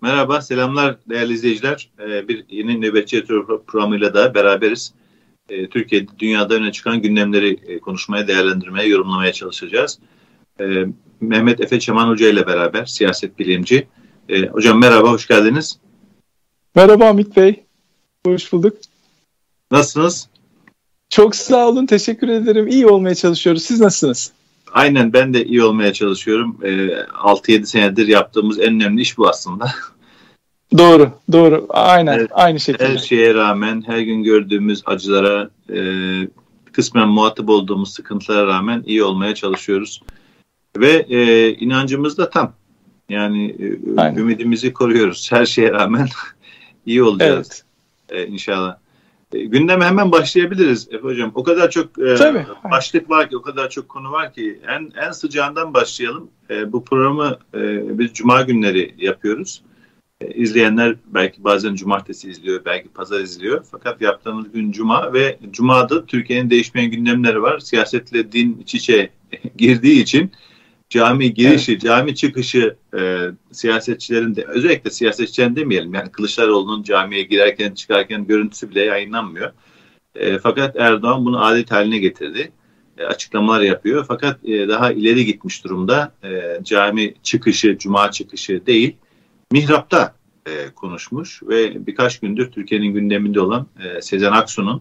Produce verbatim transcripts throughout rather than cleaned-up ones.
Merhaba, selamlar değerli izleyiciler. Ee, bir yeni Nöbetçi Editör programıyla da beraberiz. Ee, Türkiye, dünyada öne çıkan gündemleri e, konuşmaya, değerlendirmeye, yorumlamaya çalışacağız. Ee, Mehmet Efe Çaman Hoca ile beraber, siyaset bilimci. Ee, hocam merhaba, hoş geldiniz. Merhaba Hamit Bey, hoş bulduk. Nasılsınız? Çok sağ olun, teşekkür ederim. İyi olmaya çalışıyoruz. Siz nasılsınız? Aynen, ben de iyi olmaya çalışıyorum. Ee, altı yedi senedir yaptığımız en önemli iş bu aslında. Doğru, doğru. Aynen, Evet, aynı şekilde. her şeye rağmen, her gün gördüğümüz acılara, e, kısmen muhatap olduğumuz sıkıntılara rağmen iyi olmaya çalışıyoruz. Ve e, inancımız da tam. Yani e, ümidimizi koruyoruz. Her şeye rağmen iyi olacağız. Evet. E, inşallah. E, gündeme hemen başlayabiliriz Efe Hocam. O kadar çok e, başlık var ki, o kadar çok konu var ki. En en sıcağından başlayalım. E, bu programı e, biz Cuma günleri yapıyoruz. İzleyenler belki bazen cumartesi izliyor, belki pazar izliyor. Fakat yaptığımız gün Cuma ve Cuma'da Türkiye'nin değişmeyen gündemleri var. Siyasetle din iç içe girdiği için cami girişi, evet. cami çıkışı e, siyasetçilerin de, özellikle siyasetçilerin demeyelim. Yani Kılıçdaroğlu'nun camiye girerken çıkarken görüntüsü bile yayınlanmıyor. E, fakat Erdoğan bunu adet haline getirdi. E, açıklamalar yapıyor. Fakat e, daha ileri gitmiş durumda. E, cami çıkışı, Cuma çıkışı değil. Mihrap'ta e, konuşmuş ve birkaç gündür Türkiye'nin gündeminde olan e, Sezen Aksu'nun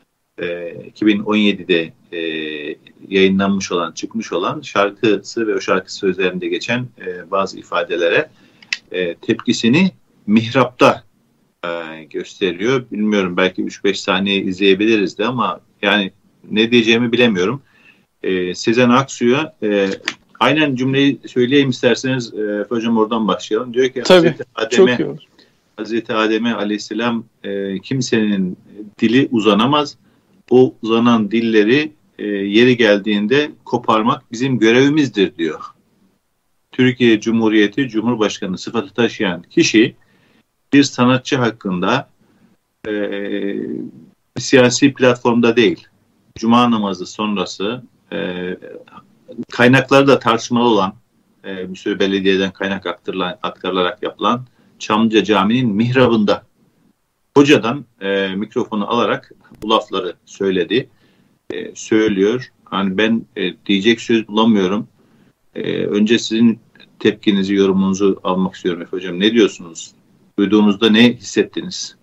e, iki bin on yedide e, yayınlanmış olan, çıkmış olan şarkısı ve o şarkı sözlerinde geçen e, bazı ifadelere e, tepkisini Mihrap'ta e, gösteriyor. Bilmiyorum, belki üç beş saniye izleyebiliriz de ama yani ne diyeceğimi bilemiyorum. E, Sezen Aksu'ya e, aynen cümleyi söyleyeyim isterseniz e, hocam, oradan başlayalım. Diyor ki Tabii, Hazreti Adem'e, çok iyi olur. Hazreti Adem'e aleyhisselam e, kimsenin dili uzanamaz. O uzanan dilleri e, yeri geldiğinde koparmak bizim görevimizdir diyor. Türkiye Cumhuriyeti Cumhurbaşkanı sıfatı taşıyan kişi bir sanatçı hakkında e, bir siyasi platformda değil, Cuma namazı sonrası e, kaynakları da tartışmalı olan, e, bir sürü belediyeden kaynak aktarılarak yapılan Çamlıca Camii'nin mihrabında hocadan e, mikrofonu alarak bu lafları söyledi. E, söylüyor. Hani ben e, diyecek söz bulamıyorum. E, önce sizin tepkinizi, yorumunuzu almak istiyorum Efe Hocam. Ne diyorsunuz? Duyduğunuzda ne hissettiniz?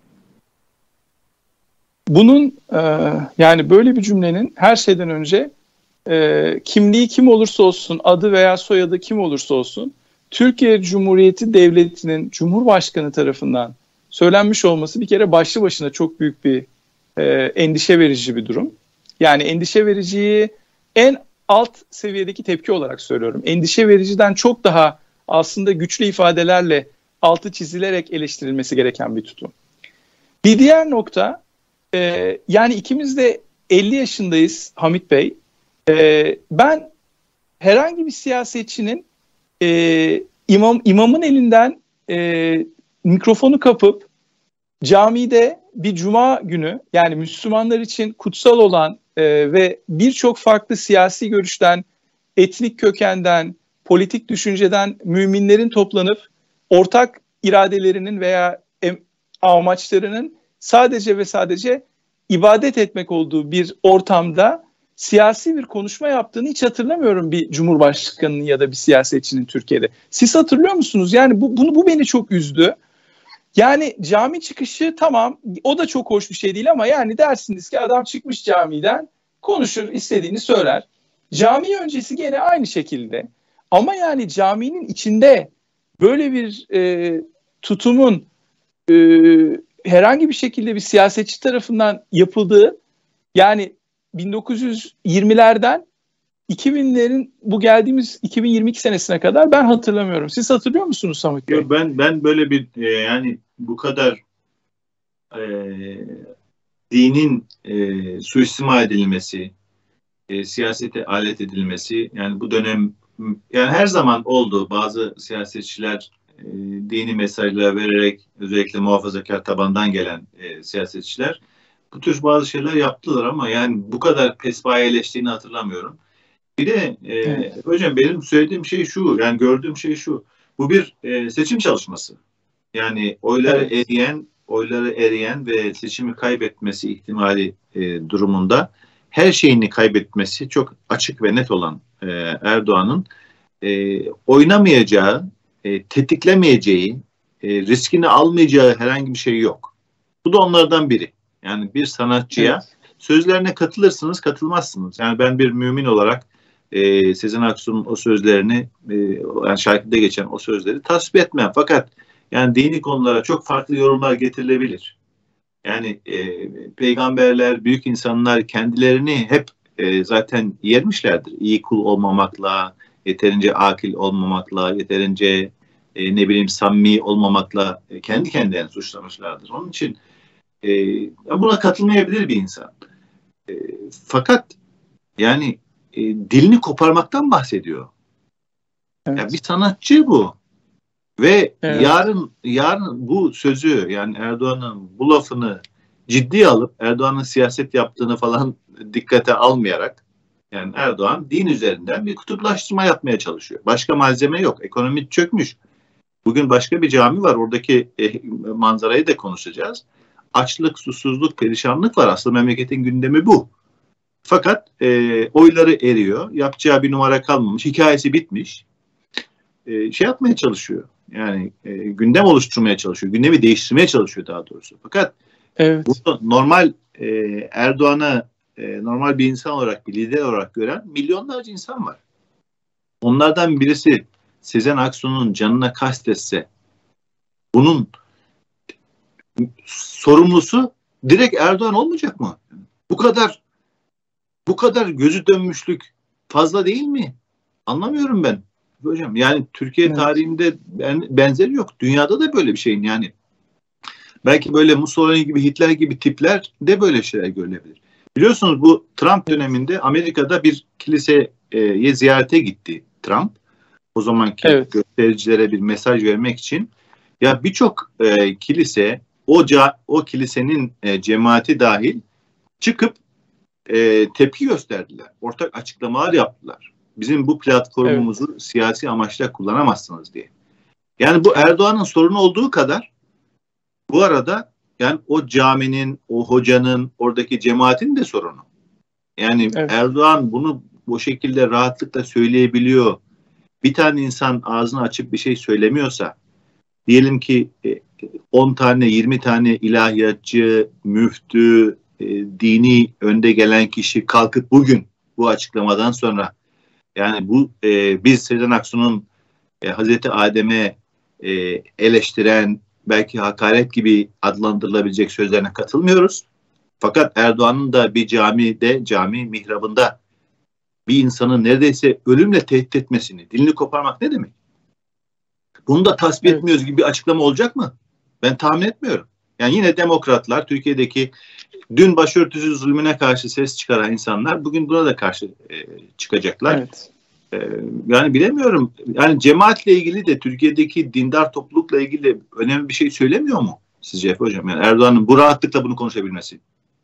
Bunun e, yani böyle bir cümlenin her şeyden önce e, kimliği kim olursa olsun, adı veya soyadı kim olursa olsun, Türkiye Cumhuriyeti Devleti'nin Cumhurbaşkanı tarafından söylenmiş olması bir kere başlı başına çok büyük bir e, endişe verici bir durum. Yani endişe vericiyi en alt seviyedeki tepki olarak söylüyorum. Endişe vericiden çok daha aslında güçlü ifadelerle altı çizilerek eleştirilmesi gereken bir tutum. Bir diğer nokta, e, yani ikimiz de elli yaşındayız Hamit Bey. E, ben herhangi bir siyasetçinin e, imam, imamın elinden e, mikrofonu kapıp camide bir cuma günü, yani Müslümanlar için kutsal olan e, ve birçok farklı siyasi görüşten, etnik kökenden, politik düşünceden müminlerin toplanıp ortak iradelerinin veya em, amaçlarının sadece ve sadece ibadet etmek olduğu bir ortamda siyasi bir konuşma yaptığını hiç hatırlamıyorum bir cumhurbaşkanının ya da bir siyasetçinin Türkiye'de. Siz hatırlıyor musunuz? Yani bu, bunu, bu beni çok üzdü. Yani cami çıkışı tamam, o da çok hoş bir şey değil ama yani dersiniz ki adam çıkmış camiden, konuşur, istediğini söyler. Cami öncesi gene aynı şekilde. Ama yani caminin içinde böyle bir e, tutumun e, herhangi bir şekilde bir siyasetçi tarafından yapıldığı, yani bin dokuz yüz yirmilerden iki binlerin bu geldiğimiz iki bin yirmi iki senesine kadar ben hatırlamıyorum. Siz hatırlıyor musunuz Samet Bey? Ben ben böyle bir e, yani bu kadar e, dinin e, suistimal edilmesi, e, siyasete alet edilmesi, yani bu dönem, yani her zaman oldu. Bazı siyasetçiler e, dini mesajlar vererek, özellikle muhafazakar tabandan gelen e, siyasetçiler bu tür bazı şeyler yaptılar ama yani bu kadar pesbayeleştiğini hatırlamıyorum. Bir de e, evet. Hocam benim söylediğim şey şu, yani gördüğüm şey şu. Bu bir e, seçim çalışması. Yani oyları Evet. eriyen, oyları eriyen ve seçimi kaybetmesi ihtimali e, durumunda her şeyini kaybetmesi çok açık ve net olan e, Erdoğan'ın e, oynamayacağı, e, tetiklemeyeceği, e, riskini almayacağı herhangi bir şey yok. Bu da onlardan biri. Yani bir sanatçıya Evet. sözlerine katılırsınız, katılmazsınız. Yani ben bir mümin olarak e, Sezen Aksu'nun o sözlerini, e, yani şarkıda geçen o sözleri tasvip etmem. Fakat yani dini konulara çok farklı yorumlar getirilebilir. Yani e, peygamberler, büyük insanlar kendilerini hep e, zaten yermişlerdir. İyi kul olmamakla, yeterince akil olmamakla, yeterince e, ne bileyim samimi olmamakla e, kendi kendilerini suçlamışlardır. Onun için e, buna katılmayabilir bir insan. E, fakat yani e, dilini koparmaktan bahsediyor. Ya bir Evet. sanatçı bu. Ve Evet. yarın yarın bu sözü, yani Erdoğan'ın bu lafını ciddiye alıp Erdoğan'ın siyaset yaptığını falan dikkate almayarak, yani Erdoğan din üzerinden bir kutuplaştırma yapmaya çalışıyor. Başka malzeme yok. Ekonomi çökmüş. Bugün başka bir cami var. Oradaki e, manzarayı da konuşacağız. Açlık, susuzluk, perişanlık var. Aslında memleketin gündemi bu. Fakat e, oyları eriyor. Yapacağı bir numara kalmamış. Hikayesi bitmiş. E, şey yapmaya çalışıyor. Yani e, gündem oluşturmaya çalışıyor. Gündemi değiştirmeye çalışıyor daha doğrusu. Fakat Evet. burada normal e, Erdoğan'ı e, normal bir insan olarak, bir lider olarak gören milyonlarca insan var. Onlardan birisi Sezen Aksu'nun canına kastetse bunun sorumlusu direkt Erdoğan olmayacak mı? Bu kadar bu kadar gözü dönmüşlük fazla değil mi? Anlamıyorum ben. Hocam yani Türkiye Evet. tarihinde ben, benzeri yok. Dünyada da böyle bir şeyin yani. Belki böyle Mussolini gibi, Hitler gibi tipler de böyle şeyler görülebilir. Biliyorsunuz bu Trump döneminde Amerika'da bir kiliseye ziyarete gitti Trump. O zamanki Evet. göstericilere bir mesaj vermek için. Ya birçok e, kilise, o ca, o kilisenin e, cemaati dahil çıkıp e, tepki gösterdiler. Ortak açıklamalar yaptılar. Bizim bu Evet. platformumuzu siyasi amaçla kullanamazsınız diye. Yani bu Erdoğan'ın sorunu olduğu kadar bu arada yani o caminin, o hocanın, oradaki cemaatin de sorunu. Yani Evet. Erdoğan bunu bu şekilde rahatlıkla söyleyebiliyor. Bir tane insan ağzını açıp bir şey söylemiyorsa, diyelim ki on tane, yirmi tane ilahiyatçı, müftü, e, dini önde gelen kişi kalkıp bugün bu açıklamadan sonra, yani bu e, biz Sezen Aksu'nun e, Hazreti Adem'e e, eleştiren, belki hakaret gibi adlandırılabilecek sözlerine katılmıyoruz. Fakat Erdoğan'ın da bir camide, cami mihrabında bir insanı neredeyse ölümle tehdit etmesini, dilini koparmak ne demek? Bunu da tasvip etmiyoruz Evet. gibi bir açıklama olacak mı? Ben tahmin etmiyorum. Yani yine demokratlar, Türkiye'deki dün başörtüsü zulmüne karşı ses çıkaran insanlar bugün buna da karşı e, çıkacaklar. Evet. E, yani bilemiyorum. Yani cemaatle ilgili de Türkiye'deki dindar toplulukla ilgili önemli bir şey söylemiyor mu sizce Efe Hocam? Yani Erdoğan'ın bu rahatlıkla bunu konuşabilmesi.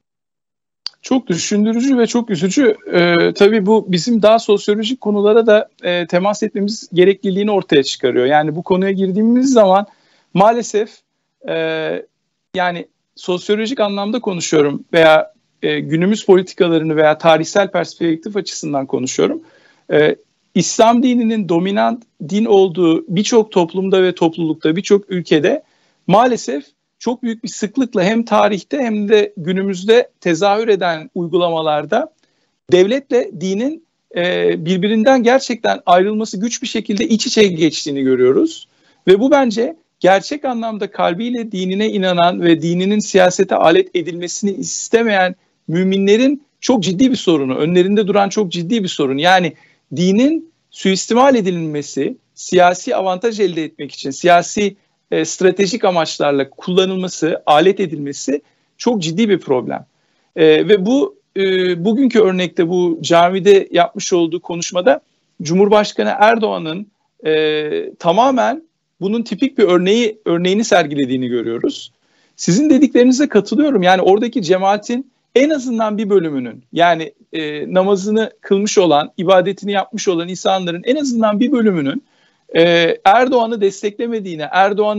Çok düşündürücü ve çok üzücü. Ee, tabii bu bizim daha sosyolojik konulara da e, temas etmemiz gerekliliğini ortaya çıkarıyor. Yani bu konuya girdiğimiz zaman maalesef e, yani sosyolojik anlamda konuşuyorum veya e, günümüz politikalarını veya tarihsel perspektif açısından konuşuyorum. E, İslam dininin dominant din olduğu birçok toplumda ve toplulukta, birçok ülkede maalesef çok büyük bir sıklıkla hem tarihte hem de günümüzde tezahür eden uygulamalarda devletle dinin e, birbirinden gerçekten ayrılması güç bir şekilde iç içe geçtiğini görüyoruz. Ve bu bence gerçek anlamda kalbiyle dinine inanan ve dininin siyasete alet edilmesini istemeyen müminlerin çok ciddi bir sorunu, önlerinde duran çok ciddi bir sorun. Yani dinin suistimal edilmesi, siyasi avantaj elde etmek için, siyasi e, stratejik amaçlarla kullanılması, alet edilmesi çok ciddi bir problem. E, ve bu e, bugünkü örnekte bu camide yapmış olduğu konuşmada Cumhurbaşkanı Erdoğan'ın e, tamamen bunun tipik bir örneği örneğini sergilediğini görüyoruz. Sizin dediklerinize katılıyorum. Yani oradaki cemaatin en azından bir bölümünün, yani e, namazını kılmış olan, ibadetini yapmış olan insanların en azından bir bölümünün e, Erdoğan'ı desteklemediğine, Erdoğan'ın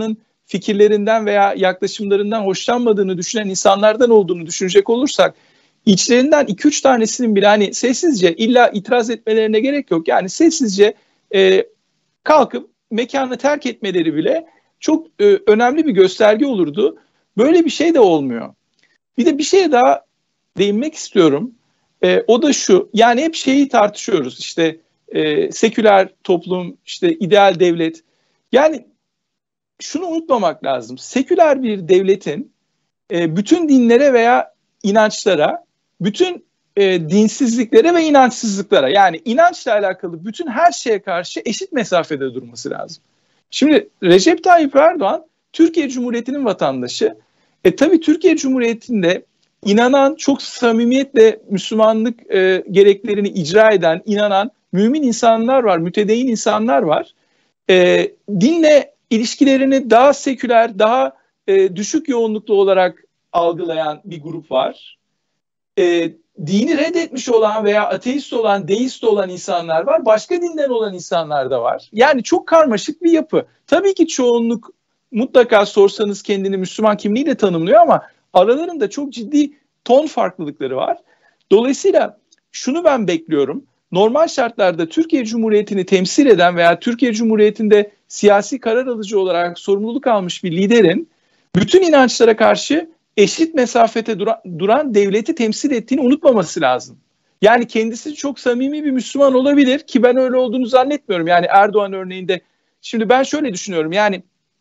fikirlerinden veya yaklaşımlarından hoşlanmadığını düşünen insanlardan olduğunu düşünecek olursak, içlerinden iki üç tanesinin bile hani sessizce, illa itiraz etmelerine gerek yok. Yani sessizce e, kalkıp mekanı terk etmeleri bile çok e, önemli bir gösterge olurdu. Böyle bir şey de olmuyor. Bir de bir şeye daha değinmek istiyorum. E, o da şu, yani hep şeyi tartışıyoruz. İşte e, seküler toplum, işte ideal devlet. Yani şunu unutmamak lazım. Seküler bir devletin e, bütün dinlere veya inançlara, bütün e, dinsizliklere ve inançsızlıklara, yani inançla alakalı bütün her şeye karşı eşit mesafede durması lazım. Şimdi Recep Tayyip Erdoğan Türkiye Cumhuriyeti'nin vatandaşı. E tabii Türkiye Cumhuriyeti'nde inanan, çok samimiyetle Müslümanlık e, gereklerini icra eden, inanan mümin insanlar var, mütedeyyin insanlar var. E, dinle ilişkilerini daha seküler, daha e, düşük yoğunluklu olarak algılayan bir grup var. E, dini reddetmiş olan veya ateist olan, deist olan insanlar var. Başka dinden olan insanlar da var. Yani çok karmaşık bir yapı. Tabii ki çoğunluk, mutlaka sorsanız, kendini Müslüman kimliğiyle tanımlıyor ama aralarında çok ciddi ton farklılıkları var. Dolayısıyla şunu ben bekliyorum. Normal şartlarda Türkiye Cumhuriyeti'ni temsil eden veya Türkiye Cumhuriyeti'nde siyasi karar alıcı olarak sorumluluk almış bir liderin bütün inançlara karşı eşit mesafede duran, duran devleti temsil ettiğini unutmaması lazım. Yani kendisi çok samimi bir Müslüman olabilir ki ben öyle olduğunu zannetmiyorum. Yani Erdoğan örneğinde, şimdi ben şöyle düşünüyorum, yani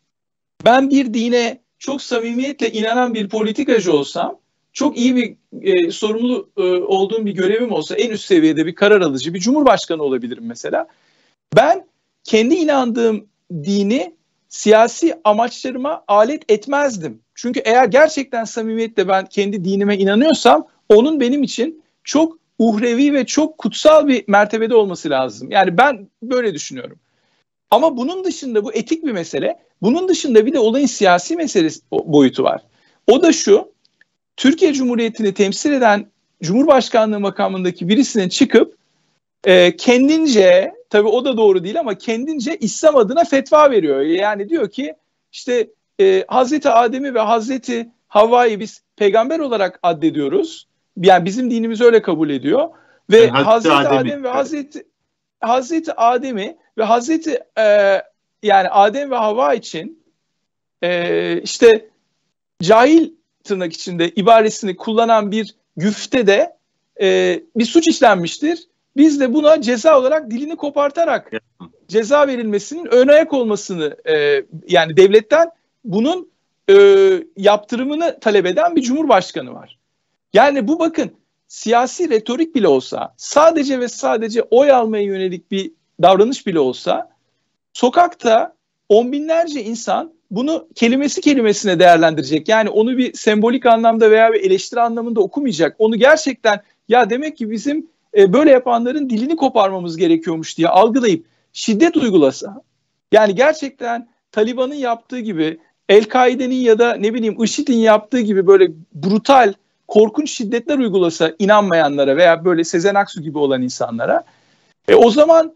ben bir dine çok samimiyetle inanan bir politikacı olsam, çok iyi bir e, sorumlu e, olduğum bir görevim olsa, en üst seviyede bir karar alıcı, bir cumhurbaşkanı olabilirim mesela. Ben kendi inandığım dini siyasi amaçlarıma alet etmezdim. Çünkü eğer gerçekten samimiyetle ben kendi dinime inanıyorsam, onun benim için çok uhrevi ve çok kutsal bir mertebede olması lazım. Yani ben böyle düşünüyorum. Ama bunun dışında, bu etik bir mesele, bunun dışında bir de olayın siyasi meselesi boyutu var. O da şu: Türkiye Cumhuriyeti'ni temsil eden Cumhurbaşkanlığı makamındaki birisinin çıkıp e, kendince, tabii o da doğru değil ama kendince İslam adına fetva veriyor. Yani diyor ki işte e, Hazreti Adem'i ve Hazreti Havva'yı biz peygamber olarak addediyoruz. Yani bizim dinimiz öyle kabul ediyor. Ve yani Hazreti, Hazreti Adem ve Hazreti Hazreti Adem'i ve Hazreti e, yani Adem ve Havva için e, işte cahil, tırnak içinde ibaresini kullanan bir güftede e, bir suç işlenmiştir. Biz de buna ceza olarak dilini kopartarak ceza verilmesinin ön ayak olmasını, e, yani devletten bunun e, yaptırımını talep eden bir cumhurbaşkanı var. Yani bu, bakın, siyasi retorik bile olsa, sadece ve sadece oy almaya yönelik bir davranış bile olsa, sokakta on binlerce insan bunu kelimesi kelimesine değerlendirecek. Yani onu bir sembolik anlamda veya bir eleştiri anlamında okumayacak. Onu gerçekten, ya demek ki bizim e, böyle yapanların dilini koparmamız gerekiyormuş diye algılayıp şiddet uygulasa, yani gerçekten Taliban'ın yaptığı gibi, El-Kaide'nin ya da ne bileyim IŞİD'in yaptığı gibi böyle brutal, korkunç şiddetler uygulasa inanmayanlara veya böyle Sezen Aksu gibi olan insanlara, e, o zaman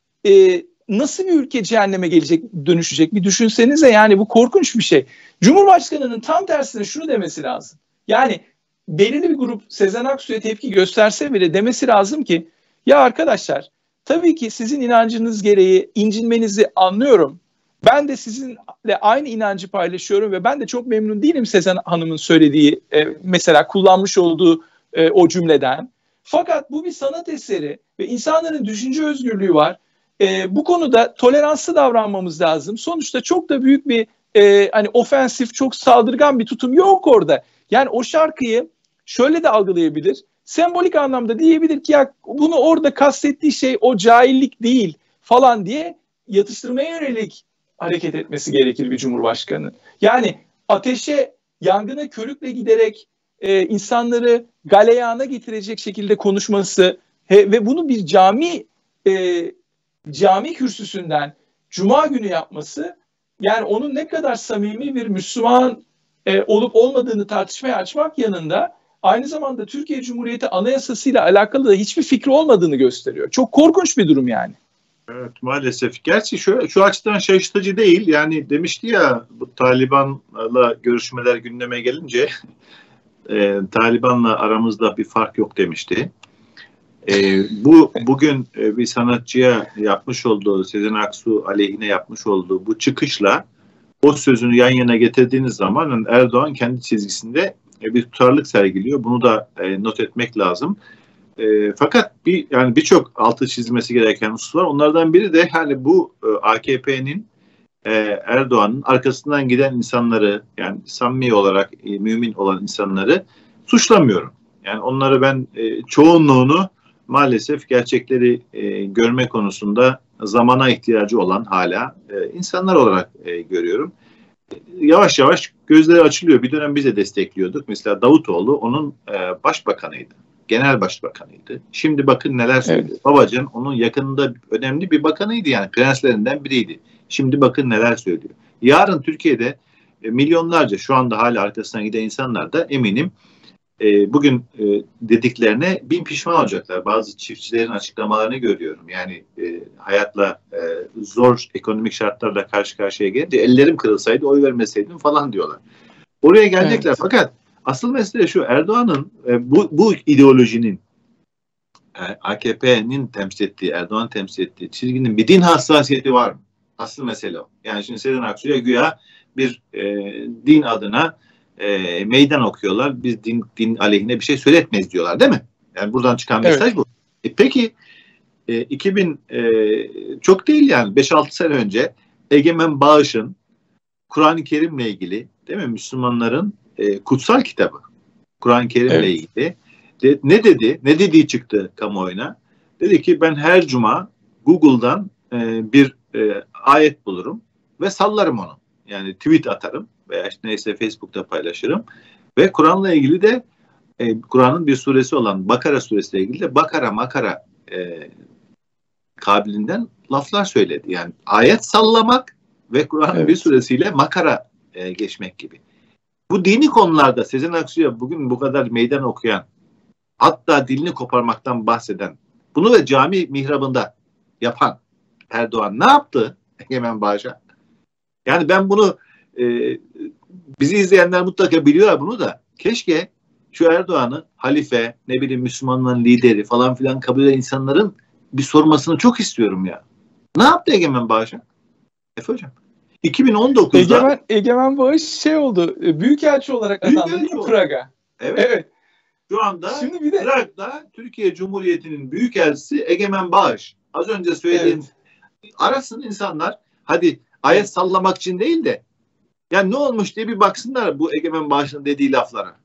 e, nasıl bir ülke cehenneme gelecek, dönüşecek bir düşünsenize. Yani bu korkunç bir şey. Cumhurbaşkanının tam tersine şunu demesi lazım. Yani belirli bir grup Sezen Aksu'ya tepki gösterse bile demesi lazım ki, ya arkadaşlar, tabii ki sizin inancınız gereği incinmenizi anlıyorum. Ben de sizinle aynı inancı paylaşıyorum ve ben de çok memnun değilim Sezen Hanım'ın söylediği, e, mesela kullanmış olduğu e, o cümleden. Fakat bu bir sanat eseri ve insanların düşünce özgürlüğü var. E, bu konuda toleranslı davranmamız lazım. Sonuçta çok da büyük bir e, hani ofensif, çok saldırgan bir tutum yok orada. Yani o şarkıyı şöyle de algılayabilir. Sembolik anlamda diyebilir ki, ya bunu orada kastettiği şey o cahillik değil falan diye yatıştırmaya yönelik hareket etmesi gerekir bir cumhurbaşkanı. Yani ateşe, yangına körükle giderek e, insanları galeyana getirecek şekilde konuşması he, ve bunu bir cami e, cami kürsüsünden Cuma günü yapması, yani onun ne kadar samimi bir Müslüman e, olup olmadığını tartışmaya açmak yanında, aynı zamanda Türkiye Cumhuriyeti Anayasası ile alakalı da hiçbir fikri olmadığını gösteriyor. Çok korkunç bir durum yani. Evet, maalesef. Gerçi şu, şu açıdan şaşırtıcı değil. Yani demişti ya, bu Taliban'la görüşmeler gündeme gelince e, Taliban'la aramızda bir fark yok demişti. E, bu bugün e, bir sanatçıya yapmış olduğu, Sezen Aksu aleyhine yapmış olduğu bu çıkışla o sözünü yan yana getirdiğiniz zaman Erdoğan kendi çizgisinde e, bir tutarlılık sergiliyor. Bunu da e, not etmek lazım. E, fakat bir yani birçok altı çizilmesi gereken husus var. Onlardan biri de yani bu e, A K P'nin e, Erdoğan'ın arkasından giden insanları, yani samimi olarak e, mümin olan insanları suçlamıyorum. Yani onları ben e, çoğunluğunu maalesef gerçekleri e, görme konusunda zamana ihtiyacı olan hala e, insanlar olarak e, görüyorum. Yavaş yavaş gözleri açılıyor. Bir dönem biz de destekliyorduk. Mesela Davutoğlu onun e, başbakanıydı. Genel başbakanıydı. Şimdi bakın neler söylüyor. Evet. Babacan onun yakınında önemli bir bakanıydı, yani prenslerinden biriydi. Şimdi bakın neler söylüyor. Yarın Türkiye'de e, milyonlarca şu anda hala arkasından giden insanlar da eminim e, bugün e, dediklerine bin pişman olacaklar. Bazı çiftçilerin açıklamalarını görüyorum. Yani e, hayatla e, zor ekonomik şartlarla karşı karşıya gelince ellerim kırılsaydı oy vermeseydim falan diyorlar. Oraya gelecekler. Evet. Fakat asıl mesele şu: Erdoğan'ın e, bu, bu ideolojinin e, A K P'nin temsil ettiği, Erdoğan temsil ettiği çizginin bir din hassasiyeti var mı? Asıl mesele o. Yani şimdi Sezen Aksu'ya güya bir e, din adına e, meydan okuyorlar. Biz din, din aleyhine bir şey söyletmeyiz diyorlar, değil mi? Yani buradan çıkan mesaj evet. bu. E, peki e, iki bin e, çok değil yani beş altı sene önce Egemen Bağış'ın Kur'an-ı Kerim'le ilgili, değil mi, Müslümanların e, kutsal kitabı Kur'an-ı Kerim'le evet. ilgili de, ne dedi? Ne dediği çıktı kamuoyuna. Dedi ki ben her cuma Google'dan e, bir e, ayet bulurum ve sallarım onu. Yani tweet atarım veya işte neyse Facebook'ta paylaşırım. Ve Kur'an'la ilgili de e, Kur'an'ın bir suresi olan Bakara suresiyle ilgili de bakara makara e, kabiliğinden laflar söyledi. Yani ayet sallamak ve Kur'an'ın evet. bir suresiyle makara e, geçmek gibi. Bu dini konularda Sezen Aksu'ya bugün bu kadar meydan okuyan, hatta dilini koparmaktan bahseden, bunu da cami mihrabında yapan Erdoğan ne yaptı Egemen Bağış'a? Yani ben bunu e, bizi izleyenler mutlaka biliyorlar bunu da. Keşke şu Erdoğan'ı halife, ne bileyim Müslümanların lideri falan filan kabul eden insanların bir sormasını çok istiyorum ya. Ne yaptı Egemen Bağış'a? Efe Hocam. iki bin on dokuzda Egemen, Egemen Bağış şey oldu, büyükelçi olarak atandı değil mi Prag'a? Evet. evet. Şu anda Şimdi bir de... Prag'da Türkiye Cumhuriyeti'nin büyükelçisi Egemen Bağış. Az önce söylediğim evet. arasın insanlar, hadi ayet sallamak için değil de yani ne olmuş diye bir baksınlar bu Egemen Bağış'ın dediği laflara.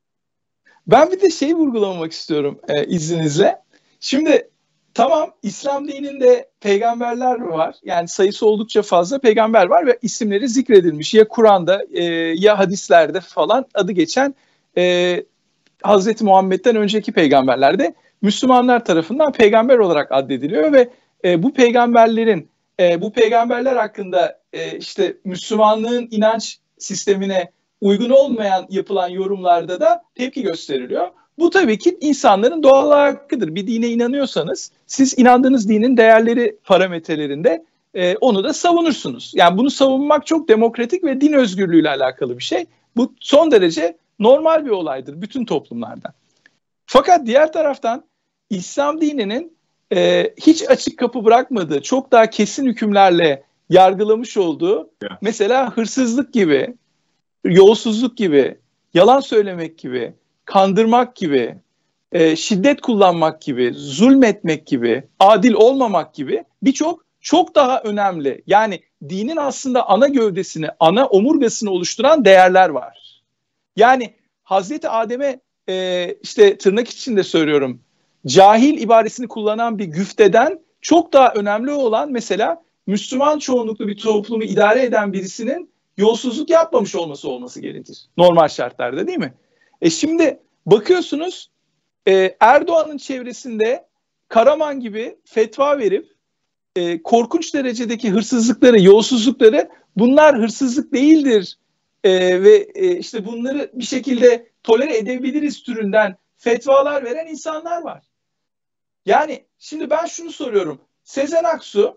Ben bir de şeyi vurgulamak istiyorum e, izninizle. Şimdi tamam, İslam dininde peygamberler var. Yani sayısı oldukça fazla peygamber var ve isimleri zikredilmiş. Ya Kur'an'da e, ya hadislerde falan adı geçen e, Hazreti Muhammed'den önceki peygamberler de Müslümanlar tarafından peygamber olarak addediliyor ve e, bu peygamberlerin e, bu peygamberler hakkında e, işte Müslümanlığın inanç sistemine uygun olmayan yapılan yorumlarda da tepki gösteriliyor. Bu tabii ki insanların doğal hakkıdır. Bir dine inanıyorsanız siz inandığınız dinin değerleri parametrelerinde e, onu da savunursunuz. Yani bunu savunmak çok demokratik ve din özgürlüğüyle alakalı bir şey. Bu son derece normal bir olaydır bütün toplumlarda. Fakat diğer taraftan İslam dininin e, hiç açık kapı bırakmadığı, çok daha kesin hükümlerle yargılamış olduğu yeah. mesela hırsızlık gibi, yolsuzluk gibi, yalan söylemek gibi, kandırmak gibi, e, şiddet kullanmak gibi, zulmetmek gibi, adil olmamak gibi birçok çok daha önemli. Yani dinin aslında ana gövdesini, ana omurgasını oluşturan değerler var. Yani Hazreti Adem'e e, işte tırnak içinde söylüyorum, cahil ibaresini kullanan bir güfteden çok daha önemli olan mesela Müslüman çoğunluklu bir toplumu idare eden birisinin yolsuzluk yapmamış olması olması gerekir. Normal şartlarda, değil mi? E şimdi bakıyorsunuz e, Erdoğan'ın çevresinde Karaman gibi fetva verip e, korkunç derecedeki hırsızlıkları, yolsuzlukları bunlar hırsızlık değildir e, ve e, işte bunları bir şekilde tolere edebiliriz türünden fetvalar veren insanlar var. Yani şimdi ben şunu soruyorum. Sezen Aksu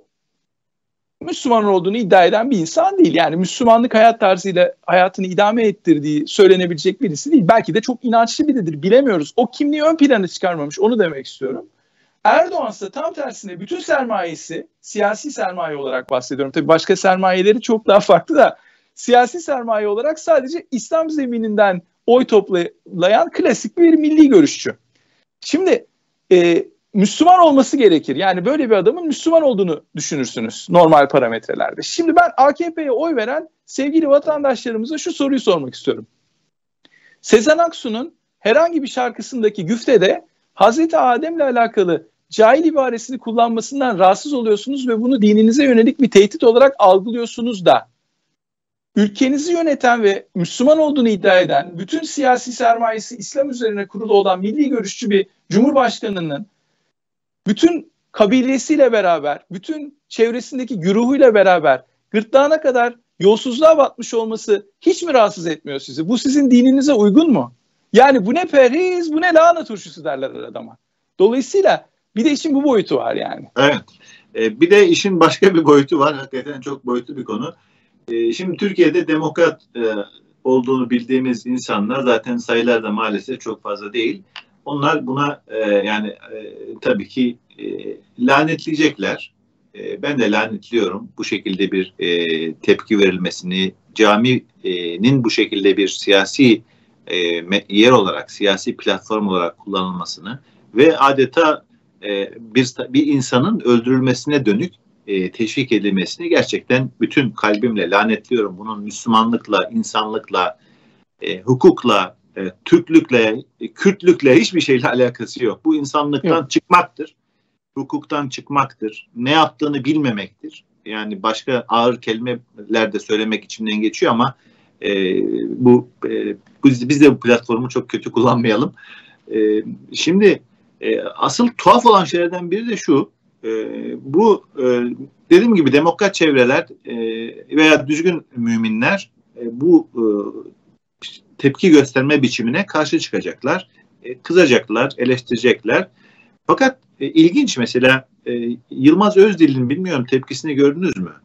Müslüman olduğunu iddia eden bir insan değil. Yani Müslümanlık hayat tarzıyla hayatını idame ettirdiği söylenebilecek birisi değil. Belki de çok inançlı biridir, bilemiyoruz. O kimliği ön plana çıkarmamış, onu demek istiyorum. Erdoğan ise tam tersine bütün sermayesi, siyasi sermaye olarak bahsediyorum. Tabii başka sermayeleri çok daha farklı da, siyasi sermaye olarak sadece İslam zemininden oy toplayan klasik bir milli görüşçü. Şimdi e, Müslüman olması gerekir. Yani böyle bir adamın Müslüman olduğunu düşünürsünüz normal parametrelerde. Şimdi ben A K P'ye oy veren sevgili vatandaşlarımıza şu soruyu sormak istiyorum. Sezen Aksu'nun herhangi bir şarkısındaki güftede Hazreti Adem'le alakalı cahil ibaresini kullanmasından rahatsız oluyorsunuz ve bunu dininize yönelik bir tehdit olarak algılıyorsunuz da, ülkenizi yöneten ve Müslüman olduğunu iddia eden, bütün siyasi sermayesi İslam üzerine kurulu olan milli görüşçü bir cumhurbaşkanının bütün kabilesiyle beraber, bütün çevresindeki güruhuyla beraber gırtlağına kadar yolsuzluğa batmış olması hiç mi rahatsız etmiyor sizi? Bu sizin dininize uygun mu? Yani bu ne perhiz, bu ne lahana turşusu derler adama. Dolayısıyla bir de işin bu boyutu var yani. Evet. Ee, bir de işin başka bir boyutu var. Hakikaten çok boyutlu bir konu. Ee, şimdi Türkiye'de demokrat e, olduğunu bildiğimiz insanlar zaten sayılar da maalesef çok fazla değil. Onlar buna e, yani e, tabii ki e, lanetleyecekler. E, ben de lanetliyorum bu şekilde bir e, tepki verilmesini, caminin bu şekilde bir siyasi e, yer olarak, siyasi platform olarak kullanılmasını ve adeta e, bir bir insanın öldürülmesine dönük e, teşvik edilmesini gerçekten bütün kalbimle lanetliyorum. Bunun Müslümanlıkla, insanlıkla, e, hukukla, e, Türklükle, e, Kürtlükle hiçbir şeyle alakası yok. Bu insanlıktan yok. çıkmaktır. Hukuktan çıkmaktır. Ne yaptığını bilmemektir. Yani başka ağır kelimeler de söylemek içimden geçiyor ama e, bu e, biz, biz de bu platformu çok kötü kullanmayalım. E, şimdi e, asıl tuhaf olan şeylerden biri de şu. E, bu e, dediğim gibi demokrat çevreler e, veya düzgün müminler e, bu e, tepki gösterme biçimine karşı çıkacaklar. E, kızacaklar, eleştirecekler. Fakat e, ilginç mesela e, Yılmaz Özdil'in bilmiyorum tepkisini gördünüz mü?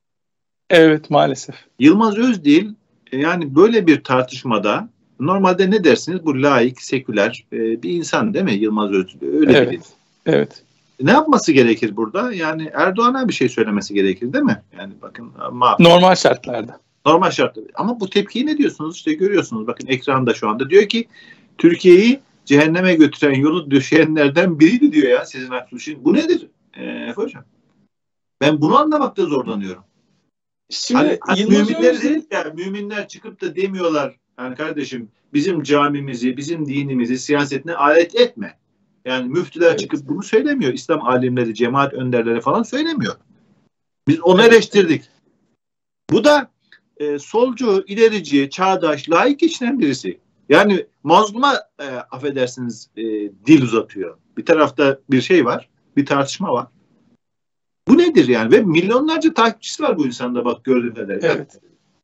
Evet, maalesef. Yılmaz Özdil e, yani böyle bir tartışmada normalde ne dersiniz? Bu laik, seküler e, bir insan değil mi Yılmaz Özdil? Öyle evet, değil. evet. Ne yapması gerekir burada? Yani Erdoğan'a bir şey söylemesi gerekir değil mi? Yani bakın ama normal şartlarda. Normal şartlarda. Ama bu tepkiyi ne diyorsunuz? İşte görüyorsunuz bakın ekranda şu anda diyor ki Türkiye'yi cehenneme götüren yolu düşenlerden biriydi diyor ya Sezen Aksu. Şimdi bu nedir ee, hocam? Ben bunu anlamakta zorlanıyorum. Şimdi hani, hani müminler, Özdil... ya, müminler çıkıp da demiyorlar yani kardeşim bizim camimizi, bizim dinimizi siyasetine alet etme. Yani müftüler evet. çıkıp bunu söylemiyor. İslam alimleri, cemaat önderleri falan söylemiyor. Biz onu evet. eleştirdik. Bu da e, solcu, ilerici, çağdaş, laik geçinen birisi. Yani mazluma e, affedersiniz e, dil uzatıyor. Bir tarafta bir şey var, bir tartışma var. Bu nedir yani? Ve milyonlarca takipçisi var bu insanda bak gördüğüm kadarıyla. Evet.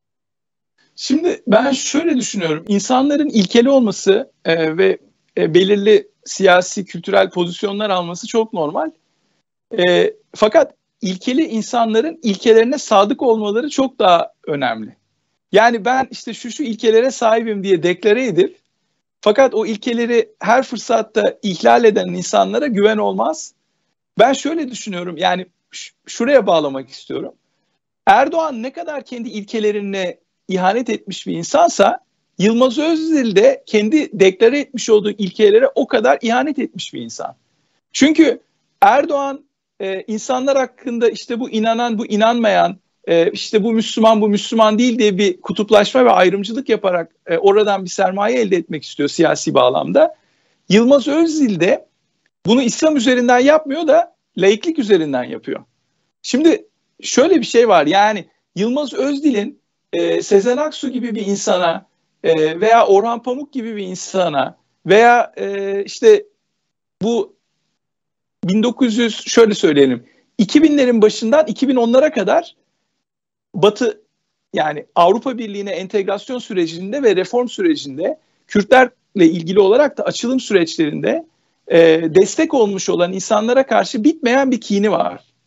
Şimdi ben şöyle düşünüyorum. İnsanların ilkeli olması e, ve e, belirli siyasi, kültürel pozisyonlar alması çok normal. E, fakat ilkeli insanların ilkelerine sadık olmaları çok daha önemli. Yani ben işte şu şu ilkelere sahibim diye deklare edip fakat o ilkeleri her fırsatta ihlal eden insanlara güven olmaz. Ben şöyle düşünüyorum, yani ş- şuraya bağlamak istiyorum. Erdoğan ne kadar kendi ilkelerine ihanet etmiş bir insansa Yılmaz Özdil de kendi deklare etmiş olduğu ilkelere o kadar ihanet etmiş bir insan. Çünkü Erdoğan e, insanlar hakkında işte bu inanan, bu inanmayan, e, işte bu Müslüman, bu Müslüman değil diye bir kutuplaşma ve ayrımcılık yaparak e, oradan bir sermaye elde etmek istiyor siyasi bağlamda. Yılmaz Özdil de bunu İslam üzerinden yapmıyor da laiklik üzerinden yapıyor. Şimdi şöyle bir şey var, yani Yılmaz Özdil'in e, Sezen Aksu gibi bir insana e, veya Orhan Pamuk gibi bir insana veya e, işte bu bin dokuz yüz şöyle söyleyelim iki binlerin başından iki bin onlara kadar Batı, yani Avrupa Birliği'ne entegrasyon sürecinde ve reform sürecinde Kürtlerle ilgili olarak da açılım süreçlerinde e, destek olmuş olan insanlara karşı bitmeyen bir kini var.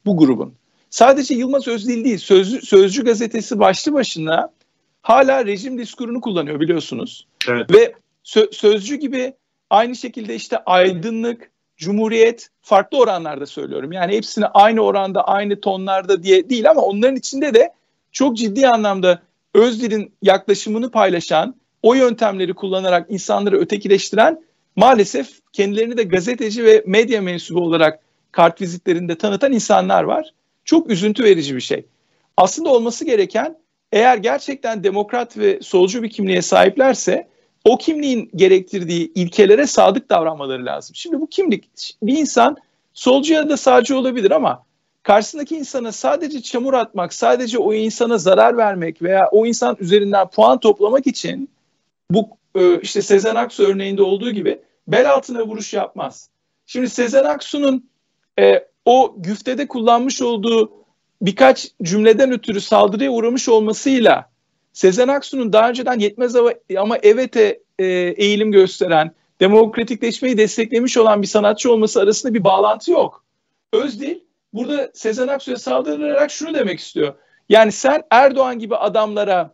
bu grubun. Sadece Yılmaz Özdil değil, Sözcü, Sözcü gazetesi başlı başına hala rejim diskurunu kullanıyor biliyorsunuz. Evet. Ve sö- Sözcü gibi aynı şekilde işte Aydınlık, Cumhuriyet farklı oranlarda söylüyorum. Yani hepsini aynı oranda, aynı tonlarda diye değil ama onların içinde de çok ciddi anlamda Özdil'in yaklaşımını paylaşan, o yöntemleri kullanarak insanları ötekileştiren, maalesef kendilerini de gazeteci ve medya mensubu olarak kartvizitlerinde tanıtan insanlar var. Çok üzüntü verici bir şey. Aslında olması gereken, eğer gerçekten demokrat ve solcu bir kimliğe sahiplerse o kimliğin gerektirdiği ilkelere sadık davranmaları lazım. Şimdi bu kimlik, bir insan solcu ya da sağcı olabilir ama karşısındaki insana sadece çamur atmak, sadece o insana zarar vermek veya o insan üzerinden puan toplamak için bu işte Sezen Aksu örneğinde olduğu gibi bel altına vuruş yapmaz. Şimdi Sezen Aksu'nun e, o güftede kullanmış olduğu birkaç cümleden ötürü saldırıya uğramış olmasıyla Sezen Aksu'nun daha önceden yetmez ama, ama evete e, eğilim gösteren, demokratikleşmeyi desteklemiş olan bir sanatçı olması arasında bir bağlantı yok. Özdil burada Sezen Aksu'ya saldırarak şunu demek istiyor. Yani sen Erdoğan gibi adamlara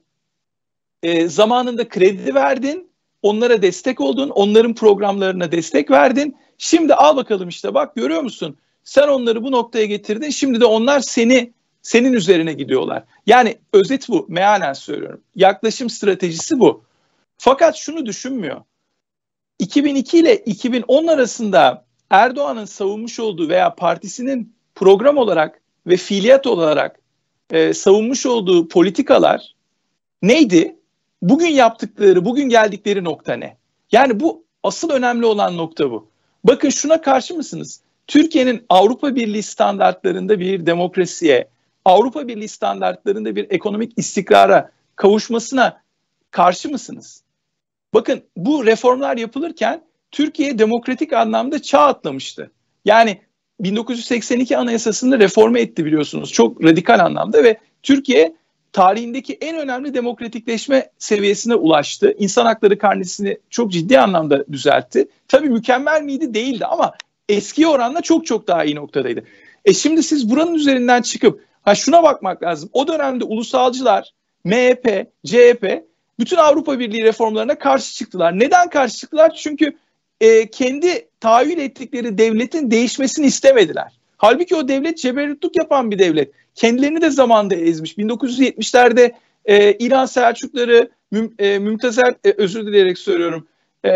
e, zamanında kredi verdin, onlara destek oldun, onların programlarına destek verdin. Şimdi al bakalım işte bak görüyor musun? Sen onları bu noktaya getirdin. Şimdi de onlar seni senin üzerine gidiyorlar. Yani özet bu. Mealen söylüyorum. Yaklaşım stratejisi bu. Fakat şunu düşünmüyor. iki bin iki ile iki bin on arasında Erdoğan'ın savunmuş olduğu veya partisinin program olarak ve fiiliyat olarak e, savunmuş olduğu politikalar neydi? Bugün yaptıkları, bugün geldikleri nokta ne? Yani bu asıl önemli olan nokta bu. Bakın şuna karşı mısınız? Türkiye'nin Avrupa Birliği standartlarında bir demokrasiye, Avrupa Birliği standartlarında bir ekonomik istikrara kavuşmasına karşı mısınız? Bakın bu reformlar yapılırken Türkiye demokratik anlamda çağ atlamıştı. Yani bin dokuz yüz seksen iki Anayasası'nı reforme etti biliyorsunuz çok radikal anlamda ve Türkiye tarihindeki en önemli demokratikleşme seviyesine ulaştı. İnsan hakları karnesini çok ciddi anlamda düzeltti. Tabii mükemmel miydi? Değildi ama eski oranla çok çok daha iyi noktadaydı. E şimdi siz buranın üzerinden çıkıp ha şuna bakmak lazım. O dönemde ulusalcılar, M H P, C H P bütün Avrupa Birliği reformlarına karşı çıktılar. Neden karşı çıktılar? Çünkü e, kendi tahayyül ettikleri devletin değişmesini istemediler. Halbuki o devlet ceberrutluk yapan bir devlet. Kendilerini de zamanda ezmiş. bin dokuz yüz yetmişlerde e, İran Selçukları, müm, e, Mümtazer, e, özür dileyerek söylüyorum, e,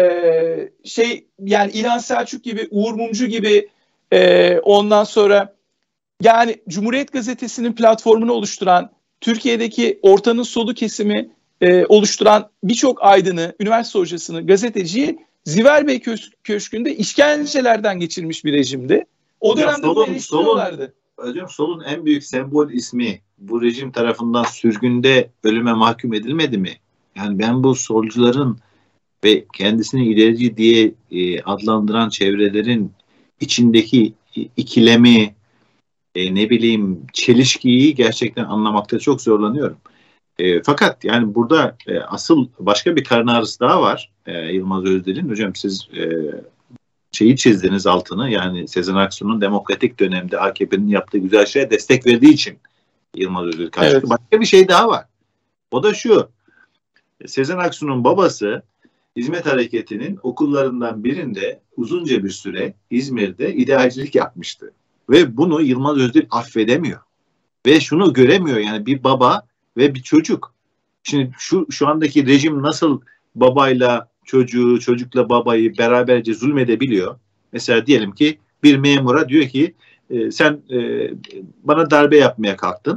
şey yani İran Selçuk gibi, Uğur Mumcu gibi, e, ondan sonra yani Cumhuriyet Gazetesi'nin platformunu oluşturan, Türkiye'deki ortanın solu kesimi e, oluşturan birçok aydını, üniversite hocasını, gazeteciyi Ziver Köşk, Köşkü'nde işkencelerden geçirmiş bir rejimdi. O dönemde solun, bunu eleştiriyorlardı. Hocam solun en büyük sembol ismi bu rejim tarafından sürgünde ölüme mahkum edilmedi mi? Yani ben bu solcuların ve kendisini ilerici diye e, adlandıran çevrelerin içindeki ikilemi, e, ne bileyim çelişkiyi gerçekten anlamakta çok zorlanıyorum. E, fakat yani burada e, asıl başka bir karın ağrısı daha var e, Yılmaz Özdil'in. Hocam siz e, şeyi çizdiniz altını, yani Sezen Aksu'nun demokratik dönemde A K P'nin yaptığı güzel şeye destek verdiği için Yılmaz Özdil karşı. Evet. Başka bir şey daha var. O da şu: Sezen Aksu'nun babası Hizmet Hareketi'nin okullarından birinde uzunca bir süre İzmir'de idealcilik yapmıştı. Ve bunu Yılmaz Özdil affedemiyor. Ve şunu göremiyor, yani bir baba ve bir çocuk. Şimdi şu şu andaki rejim nasıl babayla çocuğu, çocukla babayı beraberce zulmedebiliyor? Mesela diyelim ki bir memura diyor ki e, sen e, bana darbe yapmaya kalktın.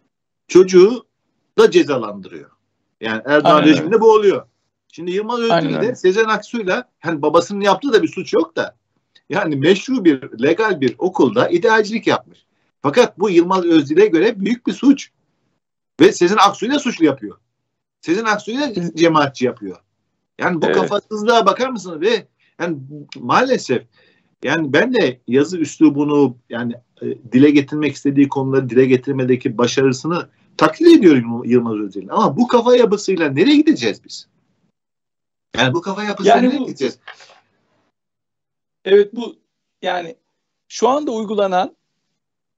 Çocuğu da cezalandırıyor. Yani Erdoğan Aynen rejiminde öyle. Bu oluyor. Şimdi Yılmaz Özdil de Sezen Aksu'yla, yani babasının yaptığı da bir suç yok da, yani meşru bir, legal bir okulda idealcilik yapmış. Fakat bu Yılmaz Özdil'e göre büyük bir suç. Ve Sezen Aksu'yla suçlu yapıyor. Sezen Aksu'yla cemaatçi yapıyor. Yani bu evet. kafasızlığa bakar mısınız? Ve yani maalesef yani ben de yazı üslubunu, yani e, dile getirmek istediği konuları dile getirmedeki başarısını takdir ediyorum Yılmaz Özdil'in. Ama bu kafa yapısıyla nereye gideceğiz biz? Yani bu kafa yapısıyla yani nereye bu, gideceğiz? Evet, bu yani şu anda uygulanan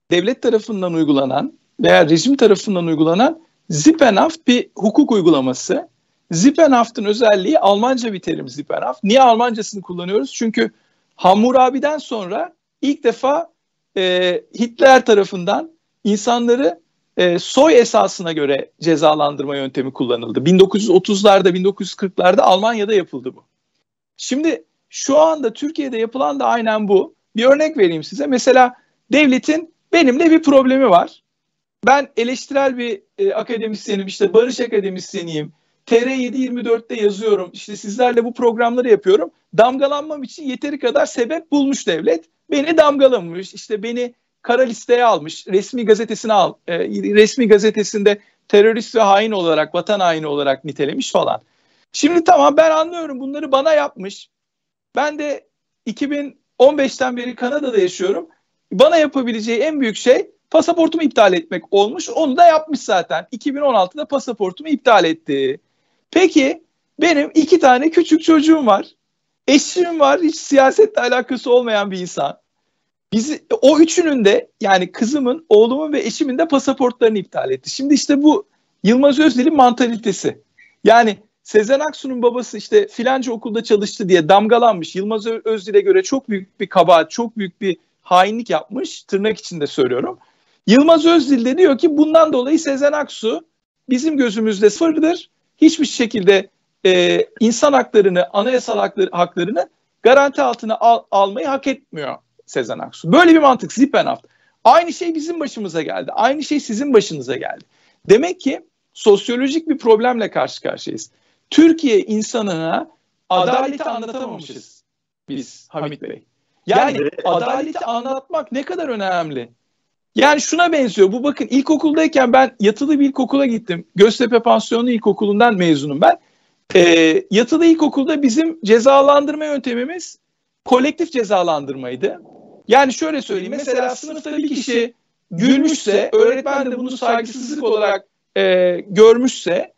devlet tarafından uygulanan veya rejim tarafından uygulanan Zippenhaft bir hukuk uygulaması. Zippenhaft'ın özelliği, Almanca bir terim Zippenhaft. Niye Almancasını kullanıyoruz? Çünkü Hammurabi'den sonra ilk defa e, Hitler tarafından insanları e, soy esasına göre cezalandırma yöntemi kullanıldı. bin dokuz yüz otuzlarda, bin dokuz yüz kırklarda Almanya'da yapıldı bu. Şimdi şu anda Türkiye'de yapılan da aynen bu. Bir örnek vereyim size. Mesela devletin benimle bir problemi var. Ben eleştirel bir e, akademisyenim, işte barış akademisyeniyim. T R yedi yirmi dörtte yazıyorum. İşte sizlerle bu programları yapıyorum. Damgalanmam için yeteri kadar sebep bulmuş devlet. Beni damgalamış. İşte beni kara listeye almış. Resmi gazetesine al. E, resmi gazetesinde terörist ve hain olarak, vatan haini olarak nitelemiş falan. Şimdi tamam, ben anlıyorum, bunları bana yapmış. Ben de iki bin on beşten beri Kanada'da yaşıyorum. Bana yapabileceği en büyük şey pasaportumu iptal etmek olmuş. Onu da yapmış zaten. iki bin on altıda pasaportumu iptal etti. Peki benim iki tane küçük çocuğum var. Eşim var. Hiç siyasetle alakası olmayan bir insan. Bizi, o üçünün de, yani kızımın, oğlumun ve eşimin de pasaportlarını iptal etti. Şimdi işte bu Yılmaz Özdil'in mantalitesi. Yani Sezen Aksu'nun babası işte filanca okulda çalıştı diye damgalanmış. Yılmaz Özdil'e göre çok büyük bir kabahat, çok büyük bir hainlik yapmış. Tırnak içinde söylüyorum. Yılmaz Özdil de diyor ki bundan dolayı Sezen Aksu bizim gözümüzde sıfırdır. Hiçbir şekilde e, insan haklarını, anayasal hakları, haklarını garanti altına al, almayı hak etmiyor Sezen Aksu. Böyle bir mantık, Zippenhaft. Aynı şey bizim başımıza geldi. Aynı şey sizin başınıza geldi. Demek ki sosyolojik bir problemle karşı karşıyayız. Türkiye insanına adaleti anlatamamışız biz Hamit Bey. Yani adaleti anlatmak ne kadar önemli. Yani şuna benziyor. Bu, bakın, ilkokuldayken ben yatılı bir ilkokula gittim. Göztepe Pansiyonu İlkokulu'ndan mezunum ben. Ee, yatılı ilkokulda bizim cezalandırma yöntemimiz kolektif cezalandırmaydı. Yani şöyle söyleyeyim. Mesela sınıfta bir kişi gülmüşse, öğretmen de bunu saygısızlık olarak e, görmüşse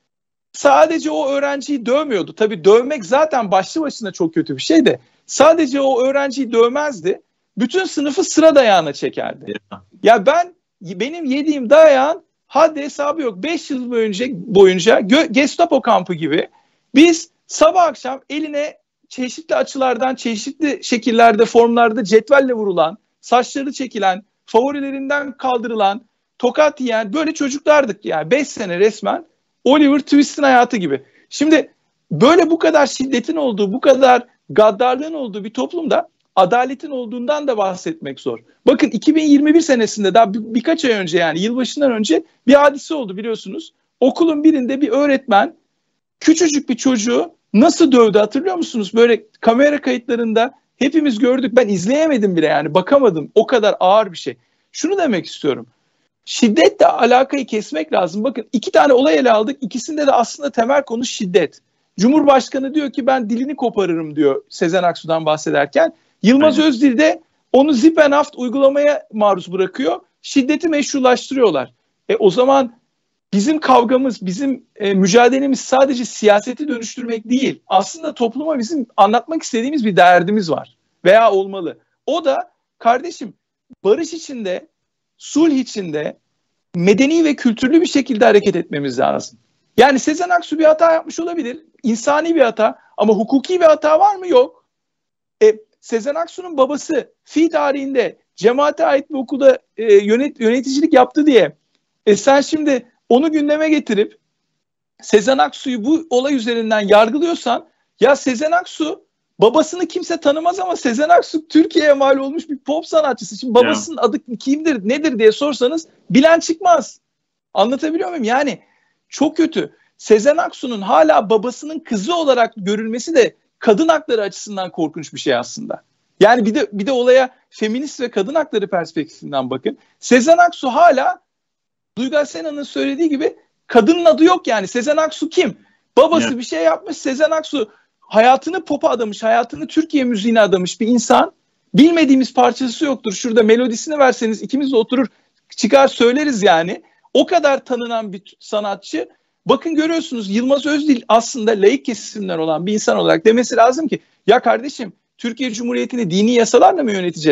sadece o öğrenciyi dövmüyordu. Tabii dövmek zaten başlı başına çok kötü bir şey de. Sadece o öğrenciyi dövmezdi. Bütün sınıfı sıra dayağına çekerdi. Ya ben, benim yediğim dayağın haddi hesabı yok. beş yıl boyunca, boyunca Gestapo kampı gibi biz sabah akşam eline çeşitli açılardan, çeşitli şekillerde, formlarda cetvelle vurulan, saçları çekilen, favorilerinden kaldırılan, tokat yiyen böyle çocuklardık yani. beş sene resmen Oliver Twist'in hayatı gibi. Şimdi böyle bu kadar şiddetin olduğu, bu kadar gaddarlığın olduğu bir toplumda adaletin olduğundan da bahsetmek zor. Bakın iki bin yirmi bir senesinde, daha bir, birkaç ay önce, yani yılbaşından önce bir hadise oldu biliyorsunuz. Okulun birinde bir öğretmen küçücük bir çocuğu nasıl dövdü hatırlıyor musunuz? Böyle kamera kayıtlarında hepimiz gördük. Ben izleyemedim bile, yani bakamadım. O kadar ağır bir şey. Şunu demek istiyorum. Şiddetle alakayı kesmek lazım. Bakın, iki tane olay ele aldık. İkisinde de aslında temel konu şiddet. Cumhurbaşkanı diyor ki ben dilini koparırım diyor Sezen Aksu'dan bahsederken. Yılmaz Aynen. Özdil de onu Zippenhaft uygulamaya maruz bırakıyor. Şiddeti meşrulaştırıyorlar. E o zaman bizim kavgamız, bizim e, mücadelemiz sadece siyaseti dönüştürmek değil. Aslında topluma bizim anlatmak istediğimiz bir derdimiz var. Veya olmalı. O da kardeşim, barış içinde, sulh içinde medeni ve kültürlü bir şekilde hareket etmemiz lazım. Yani Sezen Aksu bir hata yapmış olabilir. İnsani bir hata, ama hukuki bir hata var mı? Yok. E, Sezen Aksu'nun babası fi tarihinde cemaate ait bir okulda e, yönet, yöneticilik yaptı diye e, sen şimdi onu gündeme getirip Sezen Aksu'yu bu olay üzerinden yargılıyorsan, ya Sezen Aksu babasını kimse tanımaz ama Sezen Aksu Türkiye'ye mal olmuş bir pop sanatçısı. Şimdi babasının adı kimdir, nedir diye sorsanız bilen çıkmaz. Anlatabiliyor muyum? Yani çok kötü. Sezen Aksu'nun hala babasının kızı olarak görülmesi de kadın hakları açısından korkunç bir şey aslında. Yani bir de bir de olaya feminist ve kadın hakları perspektifinden bakın. Sezen Aksu hala, Duygu Sena'nın söylediği gibi, kadının adı yok yani. Sezen Aksu kim? Babası yeah. bir şey yapmış. Sezen Aksu hayatını pop'a adamış, hayatını Türkiye müziğine adamış bir insan. Bilmediğimiz parçası yoktur. Şurada melodisini verseniz ikimiz de oturur çıkar söyleriz yani. O kadar tanınan bir sanatçı. Bakın görüyorsunuz, Yılmaz Özdil aslında laik kesimler olan bir insan olarak demesi lazım ki ya kardeşim, Türkiye Cumhuriyeti'ni dini yasalarla mı yöneteceğiz?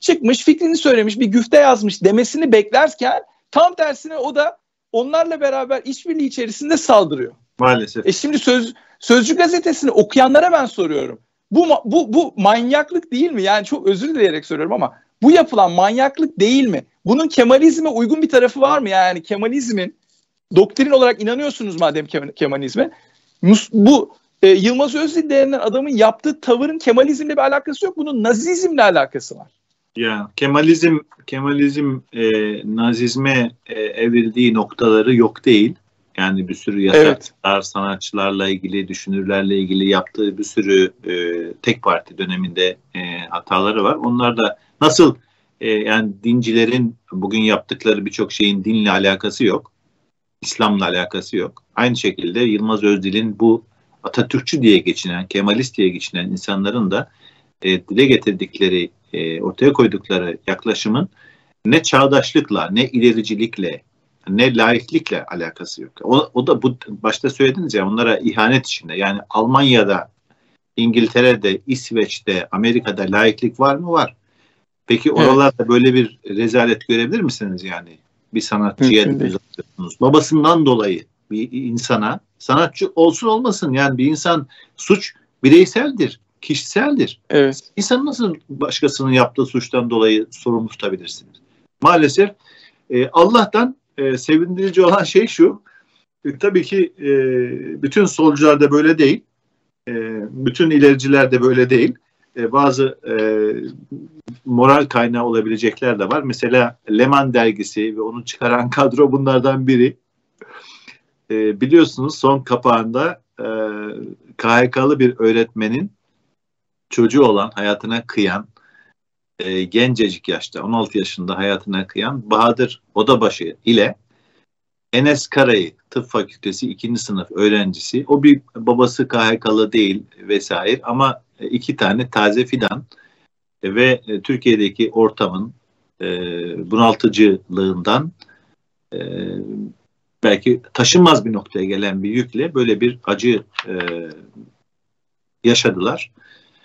çıkmış fikrini söylemiş, bir güfte yazmış demesini beklerken tam tersine o da onlarla beraber işbirliği içerisinde saldırıyor. Maalesef. E şimdi söz, Sözcü gazetesini okuyanlara ben soruyorum. Bu, bu, bu manyaklık değil mi? Yani çok özür dileyerek soruyorum ama bu yapılan manyaklık değil mi? Bunun Kemalizme uygun bir tarafı var mı? Yani Kemalizmin doktrin olarak inanıyorsunuz madem Kemalizme. Bu e, Yılmaz Özdil denilen adamın yaptığı tavırın Kemalizmle bir alakası yok. Bunun Nazizmle alakası var. Ya Kemalizm Kemalizm e, Nazizme e, evrildiği noktaları yok değil. Yani bir sürü yasaklar, evet. sanatçılarla ilgili, düşünürlerle ilgili yaptığı bir sürü e, tek parti döneminde e, hataları var. Onlar da nasıl e, yani dincilerin bugün yaptıkları birçok şeyin dinle alakası yok. İslam'la alakası yok. Aynı şekilde Yılmaz Özdil'in bu Atatürkçü diye geçinen, Kemalist diye geçinen insanların da e, dile getirdikleri, e, ortaya koydukları yaklaşımın ne çağdaşlıkla, ne ilericilikle, ne laiklikle alakası yok. O, o da bu başta söylediniz ya, onlara ihanet içinde. Yani Almanya'da, İngiltere'de, İsveç'te, Amerika'da laiklik var mı? Var. Peki oralarda evet. böyle bir rezalet görebilir misiniz yani? Bir sanatçıya düzeltiyorsunuz. Babasından dolayı bir insana, sanatçı olsun olmasın yani bir insan, suç bireyseldir, kişiseldir. Evet. İnsan nasıl başkasının yaptığı suçtan dolayı sorumlu tutabilirsiniz? Maalesef e, Allah'tan e, sevindirici olan şey şu, e, tabii ki e, bütün solcular da böyle değil, e, bütün ilericiler de böyle değil. E, bazı e, moral kaynağı olabilecekler de var. Mesela Leman dergisi ve onu çıkaran kadro bunlardan biri. E, biliyorsunuz son kapağında e, K H K'lı bir öğretmenin çocuğu olan, hayatına kıyan, e, gencecik yaşta, on altı yaşında hayatına kıyan Bahadır Odabaşı ile Enes Karayı, Tıp Fakültesi ikinci sınıf öğrencisi. O bir babası K H K'lı değil vesaire ama iki tane taze fidan ve Türkiye'deki ortamın e, bunaltıcılığından e, belki taşınmaz bir noktaya gelen bir yükle böyle bir acı e, yaşadılar.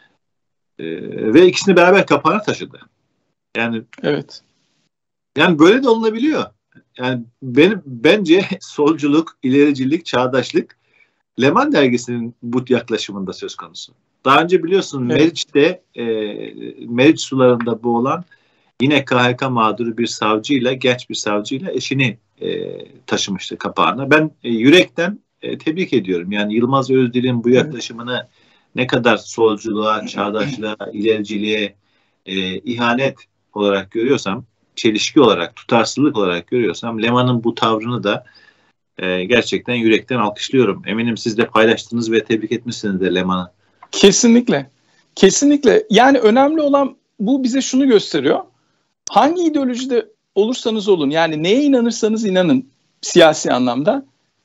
E, ve ikisini beraber kapağına taşıdı. Yani evet. Yani böyle de olunabiliyor. Yani benim bence solculuk, ilericilik, çağdaşlık Leman dergisinin bu yaklaşımında söz konusu. Daha önce biliyorsun evet. Meriç'te e, Meriç sularında boğulan yine K H K mağduru bir savcıyla, genç bir savcıyla eşini e, taşımıştı kapağına. Ben e, yürekten e, tebrik ediyorum. Yani Yılmaz Özdil'in bu yaklaşımını evet. ne kadar solculuğa, çağdaşlığa, ilericiliğe e, ihanet olarak görüyorsam, çelişki olarak, tutarsızlık olarak görüyorsam Leman'ın bu tavrını da e, gerçekten yürekten alkışlıyorum. Eminim siz de paylaştınız ve tebrik etmişsinizdir Leman'ı. Kesinlikle. Kesinlikle. Yani önemli olan bu, bize şunu gösteriyor. Hangi ideolojide olursanız olun, yani neye inanırsanız inanın siyasi anlamda,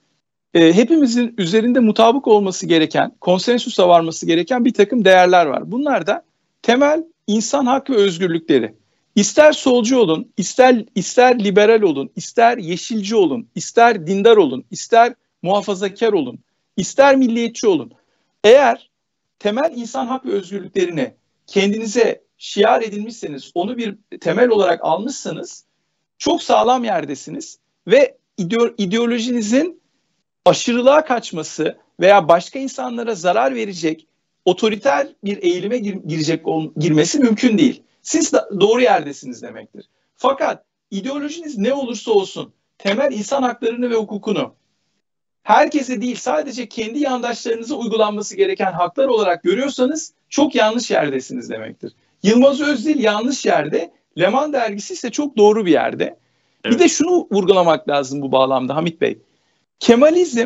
e, hepimizin üzerinde mutabık olması gereken, konsensüse varması gereken bir takım değerler var. Bunlar da temel insan hak ve özgürlükleri. İster solcu olun, ister ister liberal olun, ister yeşilci olun, ister dindar olun, ister muhafazakar olun, ister milliyetçi olun. Eğer temel insan hak ve özgürlüklerini kendinize şiar edinmişseniz, onu bir temel olarak almışsanız çok sağlam yerdesiniz ve ideolojinizin aşırılığa kaçması veya başka insanlara zarar verecek, otoriter bir eğilime gir- girecek girmesi mümkün değil. Siz de doğru yerdesiniz demektir. Fakat ideolojiniz ne olursa olsun temel insan haklarını ve hukukunu herkese değil, sadece kendi yandaşlarınıza uygulanması gereken haklar olarak görüyorsanız çok yanlış yerdesiniz demektir. Yılmaz Özdil yanlış yerde, Leman dergisi ise çok doğru bir yerde. Evet. Bir de şunu vurgulamak lazım bu bağlamda Hamit Bey. Kemalizm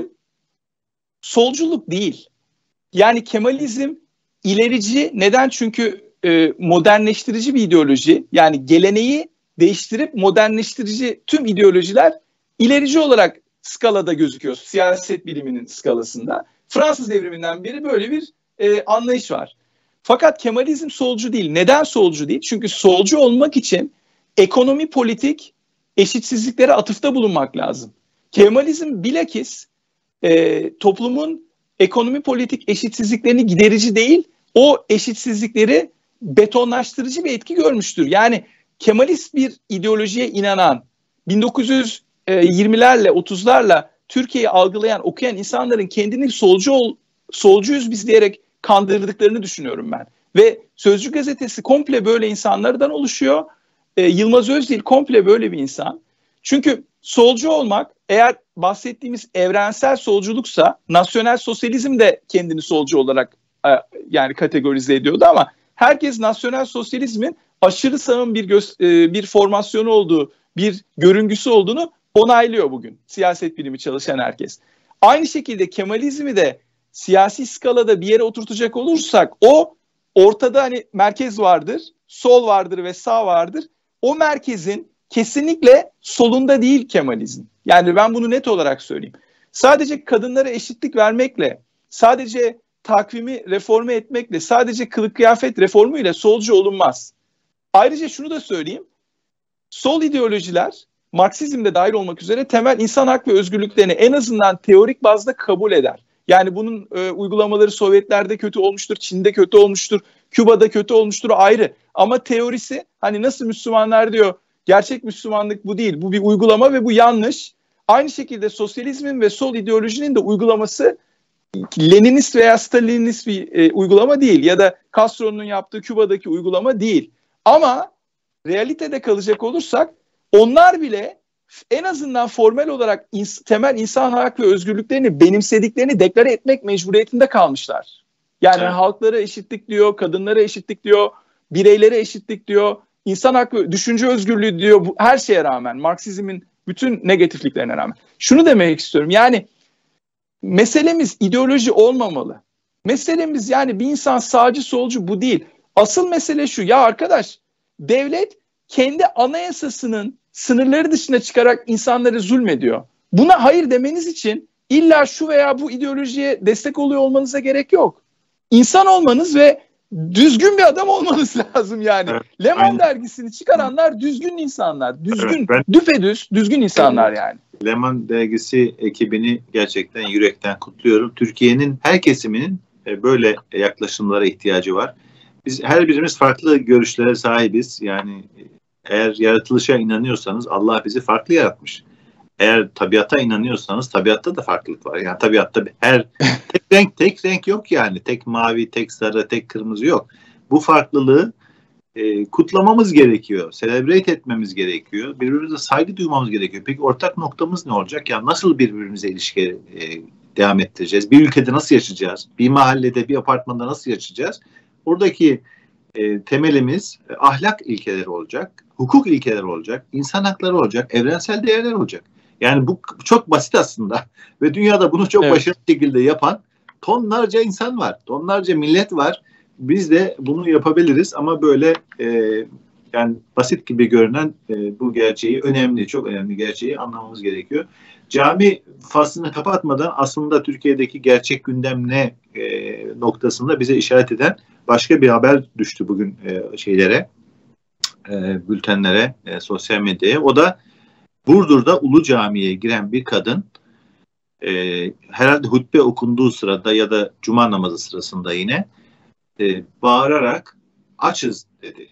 solculuk değil. Yani Kemalizm ilerici. Neden? Çünkü e, modernleştirici bir ideoloji. Yani geleneği değiştirip modernleştirici tüm ideolojiler ilerici olarak skalada gözüküyor. Siyaset biliminin skalasında. Fransız devriminden beri böyle bir e, anlayış var. Fakat Kemalizm solcu değil. Neden solcu değil? Çünkü solcu olmak için ekonomi politik eşitsizliklere atıfta bulunmak lazım. Kemalizm bilakis e, toplumun ekonomi politik eşitsizliklerini giderici değil, o eşitsizlikleri betonlaştırıcı bir etki görmüştür. Yani Kemalist bir ideolojiye inanan, bin dokuz yüz yirmilerle otuzlarla Türkiye'yi algılayan, okuyan insanların kendini solcu ol, solcuyuz biz diyerek kandırdıklarını düşünüyorum ben. Ve Sözcü gazetesi komple böyle insanlardan oluşuyor. E, Yılmaz Özdil komple böyle bir insan. Çünkü solcu olmak, eğer bahsettiğimiz evrensel solculuksa, nasyonel sosyalizm de kendini solcu olarak e, yani kategorize ediyordu, ama herkes nasyonel sosyalizmin aşırı sağın bir göz, e, bir formasyonu olduğu, bir görüngüsü olduğunu onaylıyor bugün siyaset bilimi çalışan herkes. Aynı şekilde Kemalizmi de siyasi skalada bir yere oturtacak olursak, o ortada hani merkez vardır, sol vardır ve sağ vardır. O merkezin kesinlikle solunda değil Kemalizm. Yani ben bunu net olarak söyleyeyim. Sadece kadınlara eşitlik vermekle, sadece takvimi reforme etmekle, sadece kılık kıyafet reformuyla solcu olunmaz. Ayrıca şunu da söyleyeyim. Sol ideolojiler, Marksizm'de dahil olmak üzere, temel insan hak ve özgürlüklerini en azından teorik bazda kabul eder. Yani bunun e, uygulamaları Sovyetlerde kötü olmuştur, Çin'de kötü olmuştur, Küba'da kötü olmuştur, ayrı. Ama teorisi, hani nasıl Müslümanlar diyor, gerçek Müslümanlık bu değil, bu bir uygulama ve bu yanlış. Aynı şekilde sosyalizmin ve sol ideolojinin de uygulaması Leninist veya Stalinist bir e, uygulama değil, ya da Castro'nun yaptığı Küba'daki uygulama değil. Ama realitede kalacak olursak, onlar bile en azından formel olarak ins- temel insan hak ve özgürlüklerini benimsediklerini deklare etmek mecburiyetinde kalmışlar. Yani evet. Halklara eşitlik diyor, kadınlara eşitlik diyor, bireylere eşitlik diyor, insan hakkı, düşünce özgürlüğü diyor, bu, her şeye rağmen, Marksizmin bütün negatifliklerine rağmen. Şunu demek istiyorum, yani meselemiz ideoloji olmamalı. Meselemiz yani bir insan sağcı solcu bu değil. Asıl mesele şu, ya arkadaş, devlet kendi anayasasının sınırları dışına çıkarak insanları zulmediyor. Buna hayır demeniz için illa şu veya bu ideolojiye destek oluyor olmanıza gerek yok. İnsan olmanız ve düzgün bir adam olmanız lazım yani. Evet, Le Monde dergisini çıkaranlar düzgün insanlar. Düzgün, evet, ben, düpedüz, düzgün insanlar yani. Le Monde dergisi ekibini gerçekten yürekten kutluyorum. Türkiye'nin her kesiminin böyle yaklaşımlara ihtiyacı var. Biz her birimiz farklı görüşlere sahibiz. Yani eğer yaratılışa inanıyorsanız Allah bizi farklı yaratmış. Eğer tabiata inanıyorsanız tabiatta da farklılık var. Yani tabiatta her tek renk tek renk yok yani. Tek mavi, tek sarı, tek kırmızı yok. Bu farklılığı e, kutlamamız gerekiyor. Celebrate etmemiz gerekiyor. Birbirimize saygı duymamız gerekiyor. Peki ortak noktamız ne olacak? Yani nasıl birbirimize ilişki e, devam ettireceğiz? Bir ülkede nasıl yaşayacağız? Bir mahallede, bir apartmanda nasıl yaşayacağız? Oradaki e, temelimiz e, ahlak ilkeleri olacak, hukuk ilkeleri olacak, insan hakları olacak, evrensel değerler olacak. Yani bu çok basit aslında ve dünyada bunu çok evet. başarılı şekilde yapan tonlarca insan var, tonlarca millet var. Biz de bunu yapabiliriz ama böyle e, yani basit gibi görünen e, bu gerçeği, önemli, çok önemli gerçeği anlamamız gerekiyor. Cami faslını kapatmadan aslında Türkiye'deki gerçek gündem ne e, noktasında bize işaret eden başka bir haber düştü bugün e, şeylere, e, bültenlere, e, sosyal medyaya. O da Burdur'da Ulu Cami'ye giren bir kadın e, herhalde hutbe okunduğu sırada ya da cuma namazı sırasında yine e, bağırarak açız dedi.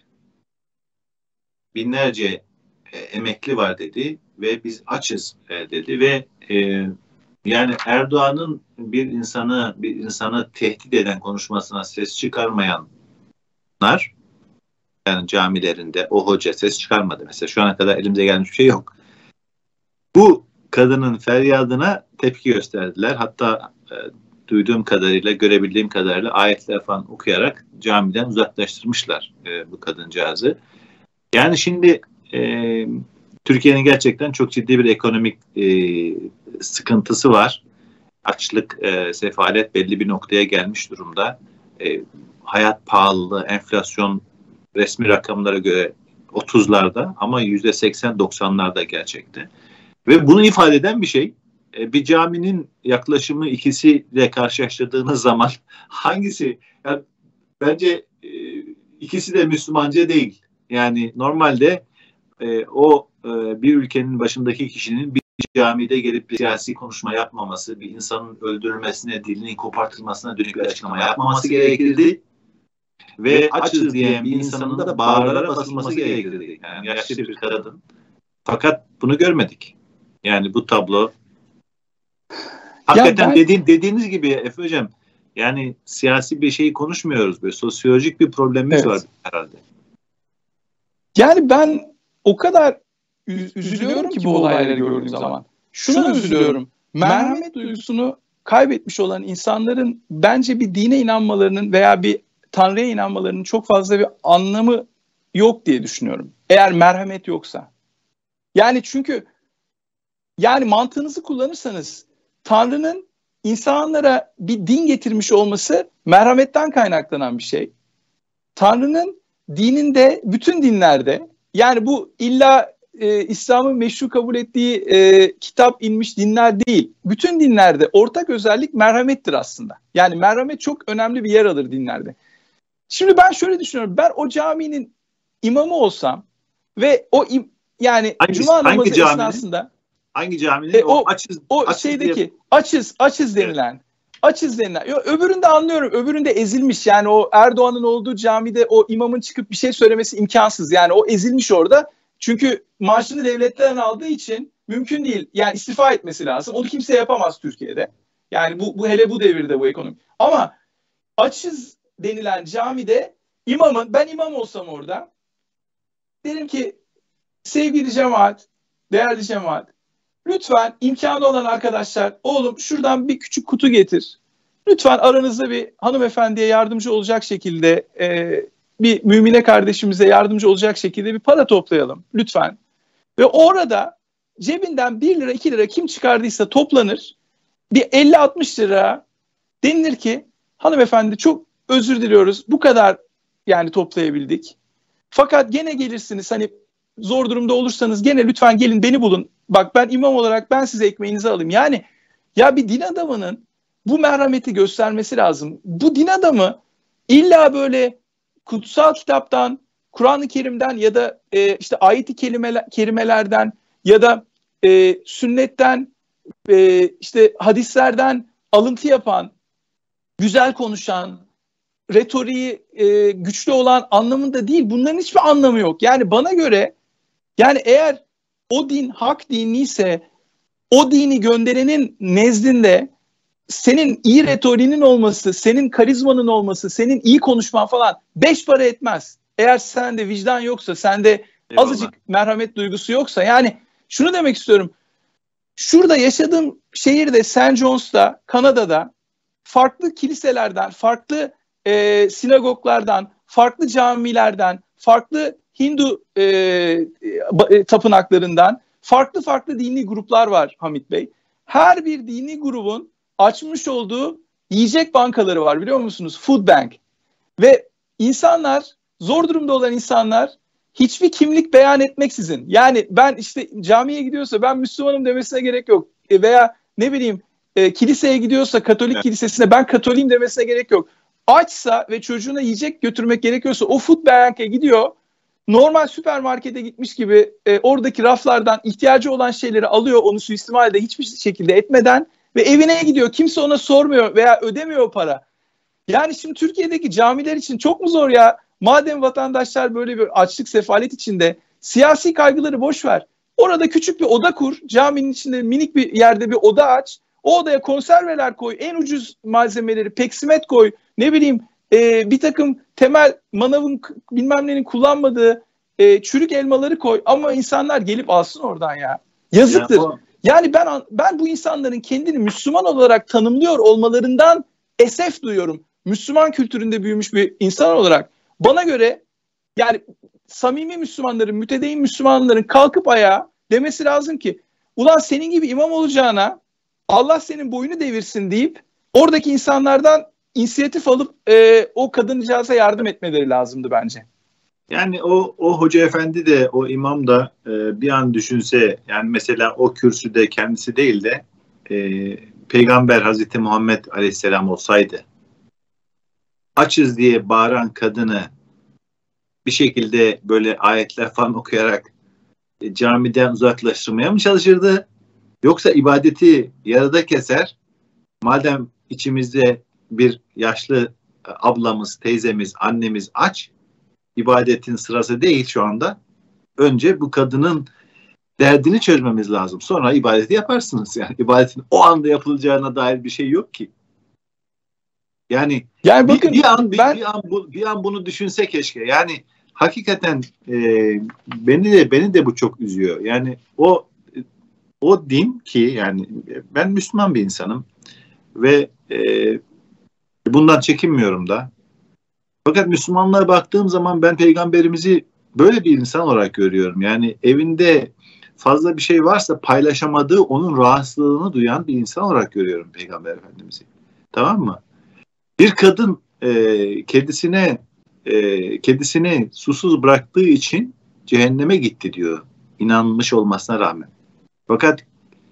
Binlerce e, emekli var dedi ve biz açız e, dedi ve e, yani Erdoğan'ın bir insanı bir insanı tehdit eden konuşmasına ses çıkarmayanlar, yani camilerinde o hoca ses çıkarmadı mesela, şu ana kadar elimize gelmiş bir şey yok. Bu kadının feryadına tepki gösterdiler. Hatta e, duyduğum kadarıyla, görebildiğim kadarıyla ayetler falan okuyarak camiden uzaklaştırmışlar e, bu kadıncağızı. Yani şimdi e, Türkiye'nin gerçekten çok ciddi bir ekonomik e, sıkıntısı var. Açlık, e, sefalet belli bir noktaya gelmiş durumda. E, hayat pahalılığı, enflasyon resmi rakamlara göre otuzlarda ama yüzde seksen doksanlarda gerçekte. Ve bunu ifade eden bir şey. E, bir caminin yaklaşımı ikisiyle karşılaştırdığınız zaman hangisi? Yani bence e, ikisi de Müslümanca değil. Yani normalde e, o e, bir ülkenin başındaki kişinin bir camide gelip bir siyasi konuşma yapmaması, bir insanın öldürülmesine, dilinin kopartılmasına dönük bir açıklama yapmaması gerekirdi. ve açız diyen bir insanın da bağırlara basılması gerekirdi. Yani yaşlı bir kadın. Fakat bunu görmedik. Yani bu tablo hakikaten ben, dediğin, dediğiniz gibi Efe Hocam, yani siyasi bir şeyi konuşmuyoruz. Böyle sosyolojik bir problemimiz evet. var herhalde. Yani ben o kadar üz- üzülüyorum ki bu olayları gördüğüm zaman. Şuna üzülüyorum. Merhamet duygusunu kaybetmiş olan insanların bence bir dine inanmalarının veya bir Tanrı'ya inanmalarının çok fazla bir anlamı yok diye düşünüyorum. Eğer merhamet yoksa. Yani çünkü yani mantığınızı kullanırsanız Tanrı'nın insanlara bir din getirmiş olması merhametten kaynaklanan bir şey. Tanrı'nın dininde, bütün dinlerde, yani bu illa e, İslam'ın meşru kabul ettiği e, kitap inmiş dinler değil. Bütün dinlerde ortak özellik merhamettir aslında. Yani merhamet çok önemli bir yer alır dinlerde. Şimdi ben şöyle düşünüyorum. Ben o caminin imamı olsam ve o im, yani Hangisi, cuma namazı hangi caminin? esnasında Hangi caminin? E, o, o açız, o açız şeydeki diye... açız, açız denilen. Evet. Açız denilen. Yo, öbüründe anlıyorum. Öbüründe ezilmiş. Yani o Erdoğan'ın olduğu camide o imamın çıkıp bir şey söylemesi imkansız. Yani o ezilmiş orada. Çünkü maaşını devletten aldığı için mümkün değil. Yani istifa etmesi lazım. Onu kimse yapamaz Türkiye'de. Yani bu, bu hele bu devirde bu ekonomi. Ama açız denilen camide imamın, ben imam olsam orada derim ki sevgili cemaat, değerli cemaat, lütfen imkanı olan arkadaşlar, oğlum şuradan bir küçük kutu getir. Lütfen aranızda bir hanımefendiye yardımcı olacak şekilde, e, bir mümine kardeşimize yardımcı olacak şekilde bir para toplayalım lütfen. Ve orada cebinden bir lira iki lira kim çıkardıysa toplanır. Bir elli altmış lira denilir ki hanımefendi çok özür diliyoruz, bu kadar yani toplayabildik. Fakat gene gelirsiniz, hani zor durumda olursanız gene lütfen gelin beni bulun. Bak ben imam olarak ben size ekmeğinizi alayım. Yani ya bir din adamının bu merhameti göstermesi lazım. Bu din adamı illa böyle kutsal kitaptan, Kur'an-ı Kerim'den ya da e, işte ayet-i kerimeler, kerimelerden ya da e, sünnetten, e, işte hadislerden alıntı yapan, güzel konuşan, retoriği e, güçlü olan anlamında değil. Bunların hiçbir anlamı yok. Yani bana göre, yani eğer o din hak dini ise o dini gönderenin nezdinde senin iyi retoriğinin olması, senin karizmanın olması, senin iyi konuşman falan beş para etmez. Eğer sende vicdan yoksa, sende Eyvallah. azıcık merhamet duygusu yoksa. Yani şunu demek istiyorum. Şurada yaşadığım şehirde, Saint John's'ta, Kanada'da farklı kiliselerden, farklı e, sinagoglardan, farklı camilerden, farklı Hindu e, e, tapınaklarından farklı farklı dini gruplar var Hamit Bey. Her bir dini grubun açmış olduğu yiyecek bankaları var, biliyor musunuz? Food Bank. Ve insanlar, zor durumda olan insanlar hiçbir kimlik beyan etmeksizin, yani ben işte camiye gidiyorsa ben Müslümanım demesine gerek yok. E, veya ne bileyim e, kiliseye gidiyorsa Katolik evet. kilisesine ben Katoliyim demesine gerek yok. Açsa ve çocuğuna yiyecek götürmek gerekiyorsa o Food Bank'e gidiyor. Normal süpermarkete gitmiş gibi e, oradaki raflardan ihtiyacı olan şeyleri alıyor, onu suistimal de hiçbir şekilde etmeden ve evine gidiyor. Kimse ona sormuyor veya ödemiyor o para. Yani şimdi Türkiye'deki camiler için çok mu zor ya? Madem vatandaşlar böyle bir açlık, sefalet içinde, siyasi kaygıları boş ver. Orada küçük bir oda kur, caminin içinde minik bir yerde bir oda aç. O odaya konserveler koy, en ucuz malzemeleri, peksimet koy, ne bileyim e, bir takım temel manavın bilmem nenin kullanmadığı e, çürük elmaları koy. Ama insanlar gelip alsın oradan ya. Yazıktır. Ya o... Yani ben ben bu insanların kendini Müslüman olarak tanımlıyor olmalarından esef duyuyorum. Müslüman kültüründe büyümüş bir insan olarak. Bana göre yani samimi Müslümanların, mütedeyyin Müslümanların kalkıp ayağa demesi lazım ki ulan senin gibi imam olacağına Allah senin boyunu devirsin deyip oradaki insanlardan inisiyatif alıp e, o kadıncağıza yardım etmeleri lazımdı bence. Yani o o hoca efendi de o imam da e, bir an düşünse, yani mesela o kürsüde kendisi değil de e, Peygamber Hazreti Muhammed Aleyhisselam olsaydı, açız diye bağıran kadını bir şekilde böyle ayetler falan okuyarak e, camiden uzaklaştırmaya mı çalışırdı? Yoksa ibadeti yarıda keser, madem içimizde bir yaşlı ablamız, teyzemiz, annemiz aç. İbadetin sırası değil şu anda. Önce bu kadının derdini çözmemiz lazım. Sonra ibadeti yaparsınız. Yani ibadetin o anda yapılacağına dair bir şey yok ki. Yani, yani bakın, bir, bir an bir, ben... bir an bu, bir an bunu düşünse keşke. Yani hakikaten e, beni de beni de bu çok üzüyor. Yani o o din ki yani ben Müslüman bir insanım ve e, bundan çekinmiyorum da. Fakat Müslümanlığa baktığım zaman ben peygamberimizi böyle bir insan olarak görüyorum. Yani evinde fazla bir şey varsa paylaşamadığı, onun rahatsızlığını duyan bir insan olarak görüyorum Peygamber Efendimiz'i. Tamam mı? Bir kadın e, kedisine e, kedisini susuz bıraktığı için cehenneme gitti diyor. İnanmış olmasına rağmen. Fakat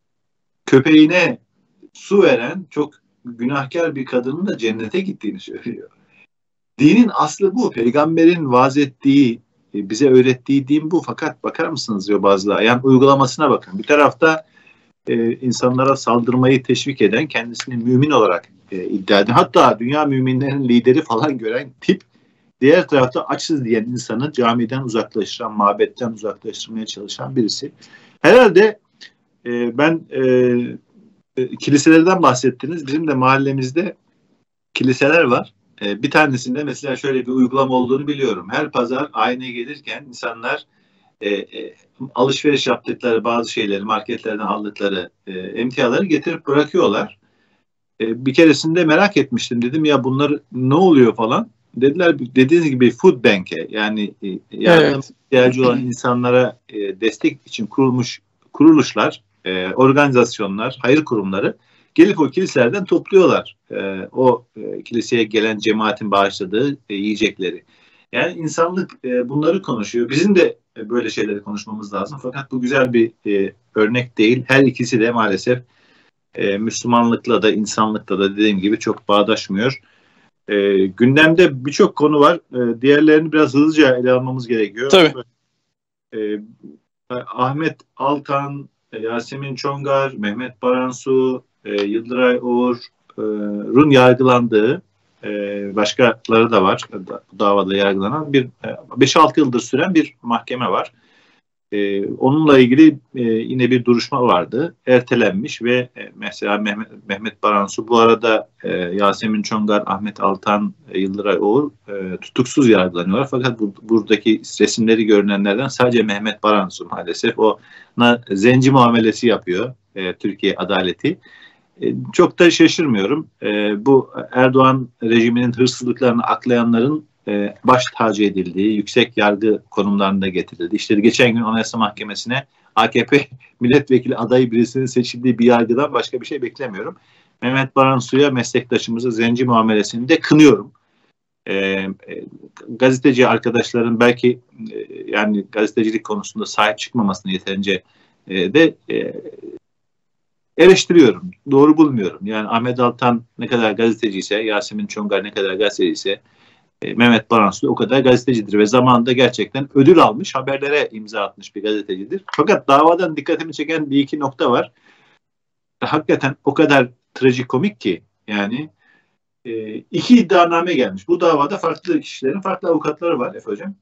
köpeğine su veren çok günahkar bir kadının da cennete gittiğini söylüyor. Dinin aslı bu. Peygamberin vaaz ettiği, bize öğrettiği din bu. Fakat bakar mısınız diyor bazıları. Yani uygulamasına bakın. Bir tarafta e, insanlara saldırmayı teşvik eden, kendisini mümin olarak e, iddia eden, hatta dünya müminlerin lideri falan gören tip, diğer tarafta açız diyen insanı camiden uzaklaştıran, mabetten uzaklaştırmaya çalışan birisi. Herhalde e, ben e, e, kiliselerden bahsettiniz. Bizim de mahallemizde kiliseler var. Bir tanesinde mesela şöyle bir uygulama olduğunu biliyorum. Her pazar ayine gelirken insanlar e, e, alışveriş yaptıkları bazı şeyleri, marketlerden aldıkları e, emtiaları getirip bırakıyorlar. E, bir keresinde merak etmiştim. Dedim ya bunlar ne oluyor falan. Dediler dediğiniz gibi food bank'e yani e, yardım evet. ihtiyacı olan insanlara e, destek için kurulmuş kuruluşlar, e, organizasyonlar, hayır kurumları gelip o kiliselerden topluyorlar e, o e, kiliseye gelen cemaatin bağışladığı e, yiyecekleri. Yani insanlık e, bunları konuşuyor. Bizim de e, böyle şeyleri konuşmamız lazım. Fakat bu güzel bir e, örnek değil. Her ikisi de maalesef e, Müslümanlıkla da insanlıkla da dediğim gibi çok bağdaşmıyor. E, gündemde birçok konu var. E, diğerlerini biraz hızlıca ele almamız gerekiyor. Tabii. E, Ahmet Altan, Yasemin Çongar, Mehmet Baransu, E, Yıldıray Uğur'un e, yargılandığı e, başkaları da var. Bu davada yargılanan bir beş altı yıldır süren bir mahkeme var. E, onunla ilgili e, yine bir duruşma vardı. Ertelenmiş ve e, mesela Mehmet, Mehmet Baransu bu arada e, Yasemin Çongar, Ahmet Altan, e, Yıldıray Uğur e, tutuksuz yargılanıyorlar. Fakat bu, buradaki resimleri görünenlerden sadece Mehmet Baransu maalesef ona zenci muamelesi yapıyor e, Türkiye adaleti. Çok da şaşırmıyorum. E, bu Erdoğan rejiminin hırsızlıklarını aklayanların e, baş tacı edildiği, yüksek yargı konumlarında getirildi. İşte geçen gün Anayasa Mahkemesi'ne A K P milletvekili adayı birisinin seçildiği bir yargıdan başka bir şey beklemiyorum. Mehmet Baransu'ya meslektaşımıza zenci muamelesini de kınıyorum. E, e, gazeteci arkadaşların belki e, yani gazetecilik konusunda sahip çıkmamasını yeterince e, de e, eleştiriyorum. Doğru bulmuyorum. Yani Ahmet Altan ne kadar gazeteci ise, Yasemin Çongar ne kadar gazeteci ise, e, Mehmet Baransu o kadar gazetecidir ve zamanında gerçekten ödül almış, haberlere imza atmış bir gazetecidir. Fakat davadan dikkatimi çeken bir iki nokta var. Hakikaten o kadar trajikomik ki yani e, iki iddianame gelmiş. Bu davada farklı kişilerin farklı avukatları var Efe Hocam.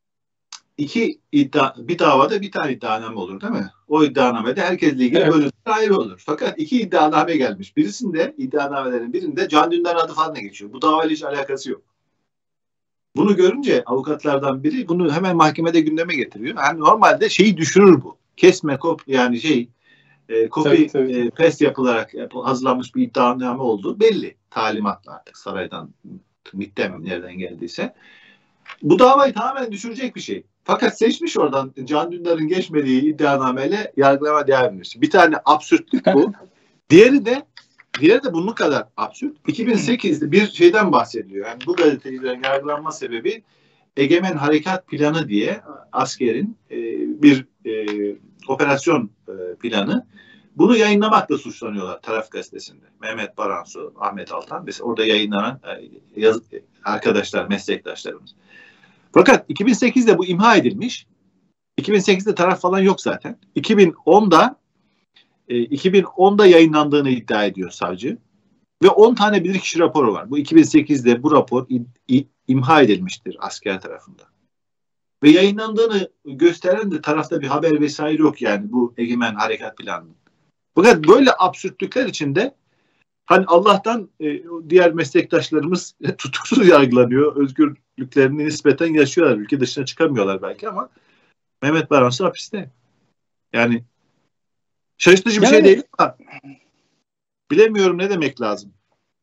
İki iddia, bir davada bir tane iddianame olur değil mi? O iddianamede herkesle ilgili evet. bölümler ayrı olur. Fakat iki iddianame gelmiş. Birisinde iddianamelerin birinde Can Dündar adı falan da geçiyor. Bu davayla hiç alakası yok. Bunu görünce avukatlardan biri bunu hemen mahkemede gündeme getiriyor. Yani normalde şeyi düşürür bu. Kesme kop yani şey e, copy e, paste yapılarak yap, hazırlanmış bir iddianame olduğu belli. Talimatla artık saraydan, MİT'ten nereden geldiyse. Bu davayı tamamen düşürecek bir şey. Fakat seçmiş oradan Can Dündar'ın geçmediği iddianameyle yargılama devam etmiş. Bir tane absürtlük bu. Diğeri de diğeri de bunun kadar absürt. iki bin sekizde bir şeyden bahsediliyor. Yani bu gazetecilerin yargılanma sebebi Egemen Harekat Planı diye askerin e, bir e, operasyon e, planı. Bunu yayınlamakla suçlanıyorlar Taraf Gazetesi'nde. Mehmet Baransu, Ahmet Altan ve orada yayınlanan e, yaz, arkadaşlar, meslektaşlarımız. Fakat iki bin sekizde bu imha edilmiş. iki bin sekizde taraf falan yok zaten. iki bin onda e, iki bin onda yayınlandığını iddia ediyor savcı. Ve on tane bilirkişi raporu var. Bu iki bin sekizde bu rapor imha edilmiştir asker tarafından. Ve yayınlandığını gösteren de tarafta bir haber vesaire yok yani bu egemen harekat planının. Fakat böyle absürtlükler içinde hani Allah'tan e, diğer meslektaşlarımız tutuksuz yargılanıyor. Özgürlüklerini nispeten yaşıyorlar. Ülke dışına çıkamıyorlar belki ama Mehmet Baransu hapiste. Yani şaşırtıcı bir yani, şey değil ama bilemiyorum ne demek lazım.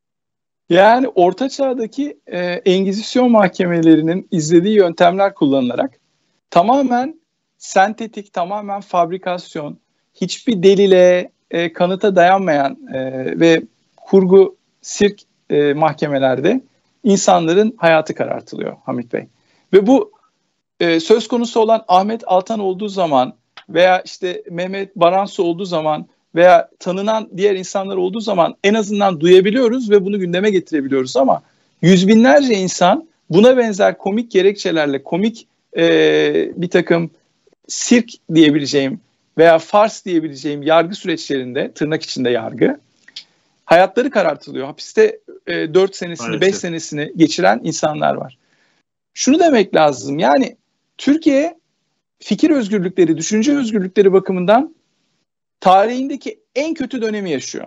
Yani Orta Çağ'daki e, Engizisyon mahkemelerinin izlediği yöntemler kullanılarak tamamen sentetik, tamamen fabrikasyon, hiçbir delile, e, kanıta dayanmayan e, ve kurgu sirk e, mahkemelerde insanların hayatı karartılıyor Hamit Bey. Ve bu e, söz konusu olan Ahmet Altan olduğu zaman veya işte Mehmet Baransu olduğu zaman veya tanınan diğer insanlar olduğu zaman en azından duyabiliyoruz ve bunu gündeme getirebiliyoruz ama yüz binlerce insan buna benzer komik gerekçelerle, komik e, bir takım sirk diyebileceğim veya fars diyebileceğim yargı süreçlerinde, tırnak içinde yargı, hayatları karartılıyor. Hapiste e, dört senesini, beş senesini geçiren insanlar var. Şunu demek lazım, yani Türkiye fikir özgürlükleri, düşünce özgürlükleri bakımından tarihindeki en kötü dönemi yaşıyor.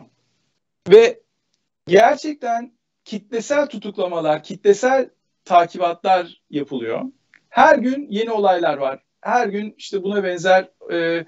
Ve gerçekten kitlesel tutuklamalar, kitlesel takibatlar yapılıyor. Her gün yeni olaylar var. Her gün işte buna benzer e,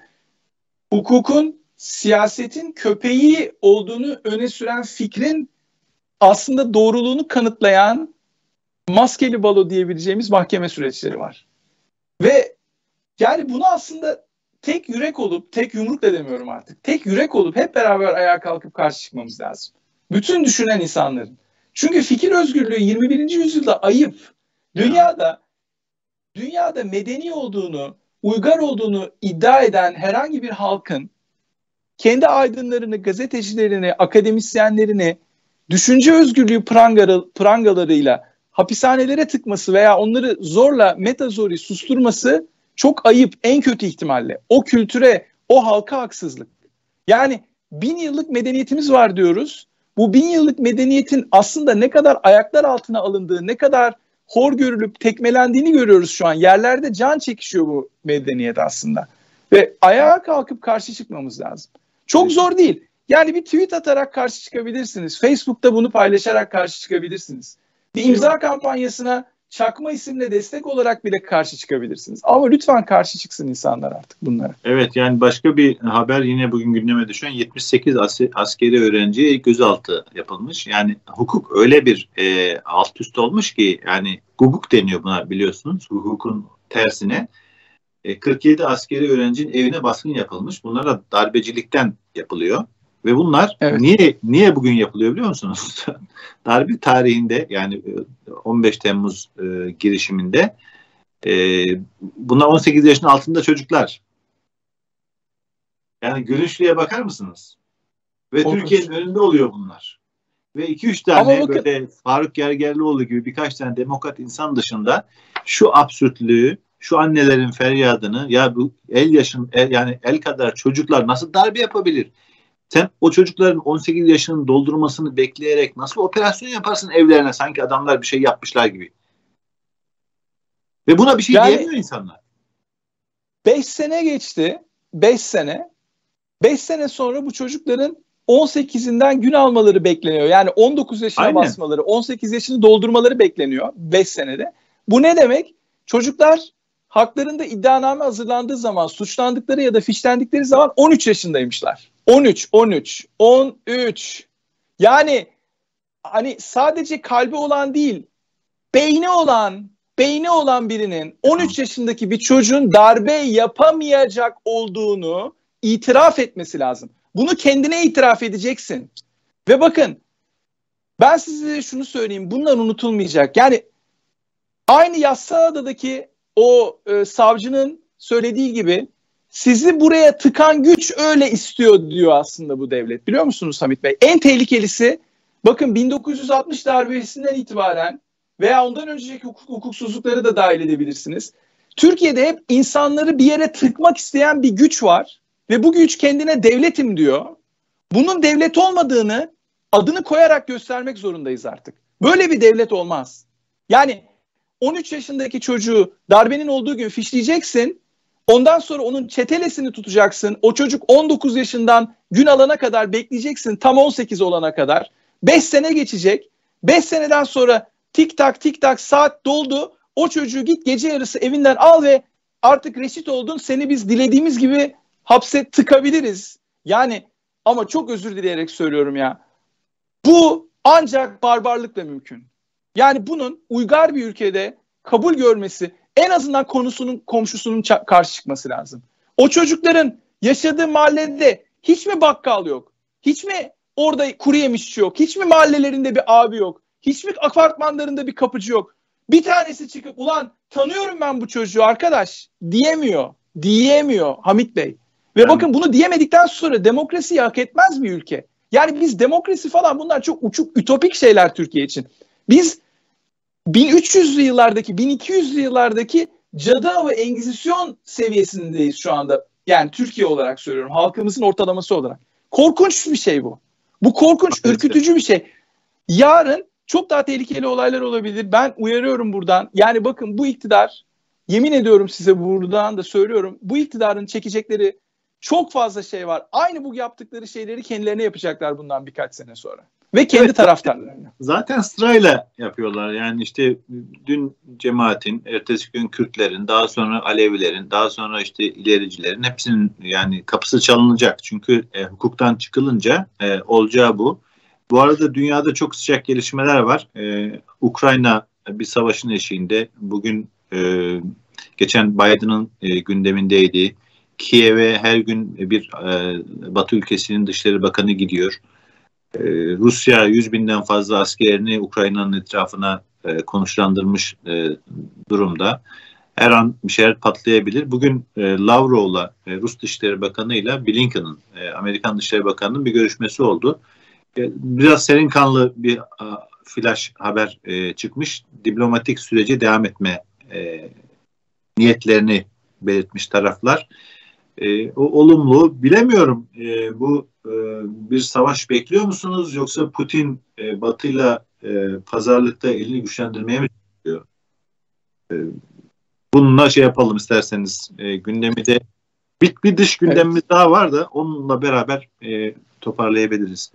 hukukun siyasetin köpeği olduğunu öne süren fikrin aslında doğruluğunu kanıtlayan maskeli balo diyebileceğimiz mahkeme süreçleri var. Ve yani bunu aslında tek yürek olup, tek yumruk da demiyorum artık, tek yürek olup hep beraber ayağa kalkıp karşı çıkmamız lazım. Bütün düşünen insanların. Çünkü fikir özgürlüğü yirmi birinci yüzyılda ayıp. Dünyada, dünyada medeni olduğunu, uygar olduğunu iddia eden herhangi bir halkın kendi aydınlarını, gazetecilerini, akademisyenlerini düşünce özgürlüğü prangalı, prangalarıyla hapishanelere tıkması veya onları zorla metazori susturması çok ayıp, en kötü ihtimalle. O kültüre, o halka haksızlık. Yani bin yıllık medeniyetimiz var diyoruz. Bu bin yıllık medeniyetin aslında ne kadar ayaklar altına alındığı, ne kadar hor görülüp tekmelendiğini görüyoruz şu an. Yerlerde can çekişiyor bu medeniyet aslında. Ve ayağa kalkıp karşı çıkmamız lazım. Çok zor değil. Yani bir tweet atarak karşı çıkabilirsiniz. Facebook'ta bunu paylaşarak karşı çıkabilirsiniz. Bir imza kampanyasına çakma isimle destek olarak bile karşı çıkabilirsiniz. Ama lütfen karşı çıksın insanlar artık bunlara. Evet, yani başka bir haber yine bugün gündeme düşen yetmiş sekiz as- askeri öğrenciye gözaltı yapılmış. Yani hukuk öyle bir e, alt üst olmuş ki yani hukuk deniyor buna, biliyorsunuz. Hukukun tersine. E, kırk yedi askeri öğrencinin evine baskın yapılmış. Bunlar da darbecilikten yapılıyor. Ve bunlar evet. niye niye bugün yapılıyor biliyor musunuz? Darbe tarihinde, yani on beş Temmuz e, girişiminde e, bunlar on sekiz yaşın altında çocuklar. Yani gülünçlüğe bakar mısınız? Ve Olmuş. Türkiye'nin önünde oluyor bunlar. Ve iki üç tane bakın, böyle Faruk Gergerlioğlu gibi birkaç tane demokrat insan dışında şu absürtlüğü, şu annelerin feryadını, ya bu el yaşın el, yani el kadar çocuklar nasıl darbe yapabilir? Sen o çocukların on sekiz yaşının doldurmasını bekleyerek nasıl operasyon yaparsın evlerine, sanki adamlar bir şey yapmışlar gibi. Ve buna bir şey yani, diyemiyor insanlar. beş sene geçti. beş sene. beş sene sonra bu çocukların on sekizinden gün almaları bekleniyor. Yani on dokuz yaşına Aynen. basmaları, on sekiz yaşını doldurmaları bekleniyor beş senede. Bu ne demek? Çocuklar haklarında iddianame hazırlandığı zaman, suçlandıkları ya da fişlendikleri zaman on üç yaşındaymışlar. on üç, on üç, on üç. Yani hani sadece kalbi olan değil, beyni olan, beyni olan birinin on üç yaşındaki bir çocuğun darbe yapamayacak olduğunu itiraf etmesi lazım. Bunu kendine itiraf edeceksin. Ve bakın, ben size şunu söyleyeyim, bunlar unutulmayacak. Yani aynı Yassıada'daki o e, savcının söylediği gibi, sizi buraya tıkan güç öyle istiyor diyor aslında bu devlet. Biliyor musunuz Hamit Bey? En tehlikelisi, bakın bin dokuz yüz altmış darbesinden itibaren veya ondan önceki hukuk, hukuksuzlukları da dahil edebilirsiniz. Türkiye'de hep insanları bir yere tıkmak isteyen bir güç var ve bu güç kendine devletim diyor. Bunun devlet olmadığını adını koyarak göstermek zorundayız artık. Böyle bir devlet olmaz. Yani on üç yaşındaki çocuğu darbenin olduğu gün fişleyeceksin. Ondan sonra onun çetelesini tutacaksın. O çocuk on dokuz yaşından gün alana kadar bekleyeceksin. Tam on sekiz olana kadar. beş sene geçecek. beş seneden sonra tik tak tik tak saat doldu. O çocuğu git gece yarısı evinden al ve artık reşit oldun. Seni biz dilediğimiz gibi hapse tıkabiliriz. Yani ama çok özür dileyerek söylüyorum ya. Bu ancak barbarlıkla mümkün. Yani bunun uygar bir ülkede kabul görmesi, en azından konusunun komşusunun karşı çıkması lazım. O çocukların yaşadığı mahallede hiç mi bakkal yok? Hiç mi orada kuru yemişçi yok? Hiç mi mahallelerinde bir abi yok? Hiç mi apartmanlarında bir kapıcı yok? Bir tanesi çıkıp ulan tanıyorum ben bu çocuğu arkadaş diyemiyor. Diyemiyor Hamit Bey. Ve yani, bakın bunu diyemedikten sonra demokrasiyi hak etmez bir ülke. Yani biz demokrasi falan bunlar çok uçuk ütopik şeyler Türkiye için. Biz bin üç yüzlü yıllardaki, bin iki yüzlü yıllardaki cadı ve engizisyon seviyesindeyiz şu anda. Yani Türkiye olarak söylüyorum, halkımızın ortalaması olarak. Korkunç bir şey bu. Bu korkunç, ürkütücü bir şey. Yarın çok daha tehlikeli olaylar olabilir. Ben uyarıyorum buradan. Yani bakın bu iktidar, yemin ediyorum size buradan da söylüyorum. Bu iktidarın çekecekleri çok fazla şey var. Aynı bu yaptıkları şeyleri kendilerine yapacaklar bundan birkaç sene sonra. Ve kendi evet, taraftarlarına. Zaten sırayla yapıyorlar. Yani işte dün cemaatin, ertesi gün Kürtlerin, daha sonra Alevilerin, daha sonra işte ilericilerin hepsinin yani kapısı çalınacak. Çünkü e, hukuktan çıkılınca e, olacağı bu. Bu arada dünyada çok sıcak gelişmeler var. E, Ukrayna bir savaşın eşiğinde. Bugün e, geçen Biden'ın e, gündemindeydi. Kiev'e her gün bir e, Batı ülkesinin Dışişleri Bakanı gidiyor. E, Rusya yüz binden fazla askerini Ukrayna'nın etrafına e, konuşlandırmış e, durumda. Her an bir şeyler patlayabilir. Bugün e, Lavrov'la e, Rus Dışişleri Bakanı'yla Blinken'ın, e, Amerikan Dışişleri Bakanı'nın bir görüşmesi oldu. E, biraz serin kanlı bir a, flash haber e, çıkmış. Diplomatik sürece devam etme e, niyetlerini belirtmiş taraflar. E, o olumlu. Bilemiyorum. E, bu e, bir savaş bekliyor musunuz? Yoksa Putin e, Batı'yla e, pazarlıkta elini güçlendirmeye mi çalışıyor? E, bununla şey yapalım isterseniz. E, gündemi de bir, bir dış gündemimiz evet. daha var da onunla beraber e, toparlayabiliriz.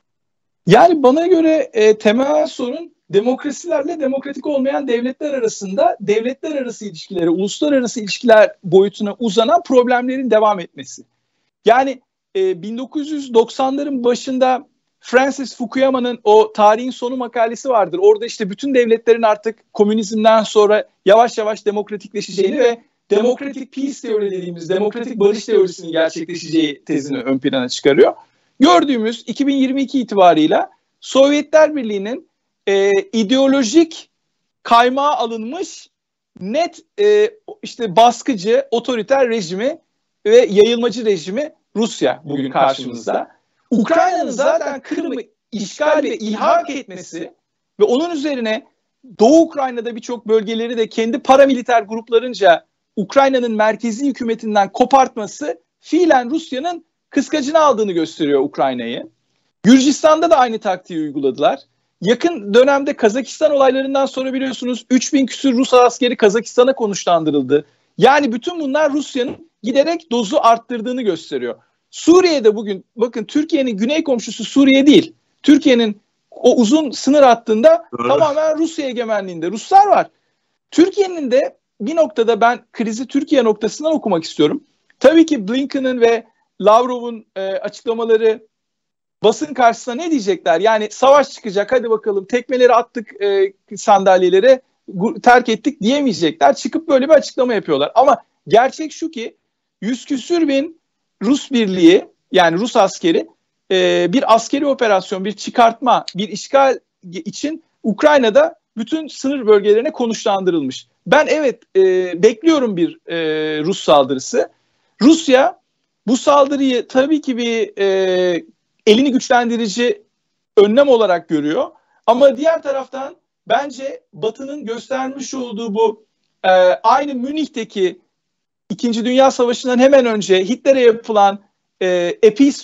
Yani bana göre e, temel sorun demokrasilerle demokratik olmayan devletler arasında devletler arası ilişkileri, uluslararası ilişkiler boyutuna uzanan problemlerin devam etmesi. Yani e, bin dokuz yüz doksanların başında Francis Fukuyama'nın o Tarihin Sonu makalesi vardır. Orada işte bütün devletlerin artık komünizmden sonra yavaş yavaş demokratikleşeceğini ve demokratik peace teori dediğimiz demokratik barış teorisinin gerçekleşeceği tezini ön plana çıkarıyor. Gördüğümüz iki bin yirmi iki itibarıyla Sovyetler Birliği'nin e, ideolojik kaymağa alınmış net e, işte baskıcı, otoriter rejimi ve yayılmacı rejimi Rusya bugün karşımızda. Ukrayna'nın zaten Kırım'ı işgal ve ilhak etmesi ve onun üzerine Doğu Ukrayna'da birçok bölgeleri de kendi paramiliter gruplarınca Ukrayna'nın merkezi hükümetinden kopartması fiilen Rusya'nın kıskacını aldığını gösteriyor Ukrayna'yı. Gürcistan'da da aynı taktiği uyguladılar. Yakın dönemde Kazakistan olaylarından sonra biliyorsunuz üç bin küsur Rus askeri Kazakistan'a konuşlandırıldı. Yani bütün bunlar Rusya'nın giderek dozu arttırdığını gösteriyor. Suriye'de bugün bakın Türkiye'nin güney komşusu Suriye değil. Türkiye'nin o uzun sınır hattında Doğru. tamamen Rusya egemenliğinde Ruslar var. Türkiye'nin de bir noktada ben krizi Türkiye noktasından okumak istiyorum. Tabii ki Blinken'ın ve Lavrov'un e, açıklamaları basın karşısında ne diyecekler? Yani savaş çıkacak hadi bakalım tekmeleri attık e, sandalyelere terk ettik diyemeyecekler. Çıkıp böyle bir açıklama yapıyorlar. Ama gerçek şu ki yüz küsür bin Rus birliği yani Rus askeri e, bir askeri operasyon, bir çıkartma, bir işgal için Ukrayna'da bütün sınır bölgelerine konuşlandırılmış. Ben evet e, bekliyorum bir e, Rus saldırısı. Rusya bu saldırıyı tabii ki bir e, elini güçlendirici önlem olarak görüyor. Ama diğer taraftan bence Batı'nın göstermiş olduğu bu e, aynı Münih'teki İkinci Dünya Savaşı'ndan hemen önce Hitler'e yapılan e, appeasement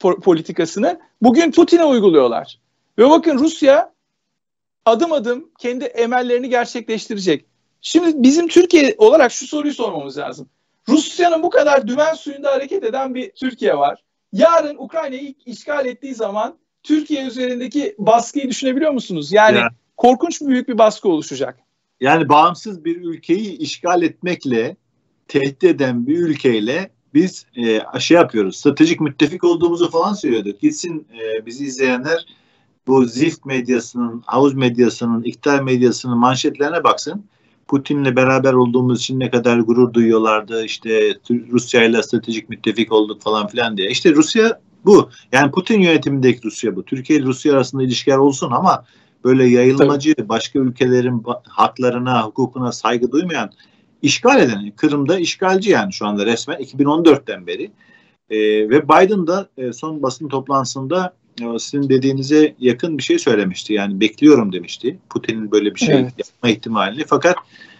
po- politikasını bugün Putin'e uyguluyorlar. Ve bakın Rusya adım adım kendi emellerini gerçekleştirecek. Şimdi bizim Türkiye olarak şu soruyu sormamız lazım. Rusya'nın bu kadar dümen suyunda hareket eden bir Türkiye var. Yarın Ukrayna'yı ilk işgal ettiği zaman Türkiye üzerindeki baskıyı düşünebiliyor musunuz? Yani ya, korkunç büyük bir baskı oluşacak. Yani bağımsız bir ülkeyi işgal etmekle, tehdit eden bir ülkeyle biz e, şey yapıyoruz. Stratejik müttefik olduğumuzu falan söylüyorduk. Gitsin e, bizi izleyenler bu zift medyasının, havuz medyasının, iktidar medyasının manşetlerine baksın. Putin'le beraber olduğumuz için ne kadar gurur duyuyorlardı. İşte Rusya'yla stratejik müttefik olduk falan filan diye. İşte Rusya bu. Yani Putin yönetimindeki Rusya bu. Türkiye ile Rusya arasında ilişkiler olsun ama böyle yayılmacı, tabii, başka ülkelerin haklarına, hukukuna saygı duymayan, işgal eden, Kırım'da işgalci yani şu anda resmen iki bin on dörtten beri. Ee, ve Biden da e, son basın toplantısında e, sizin dediğinize yakın bir şey söylemişti. Yani bekliyorum demişti. Putin'in böyle bir şey evet. yapma ihtimalini. Fakat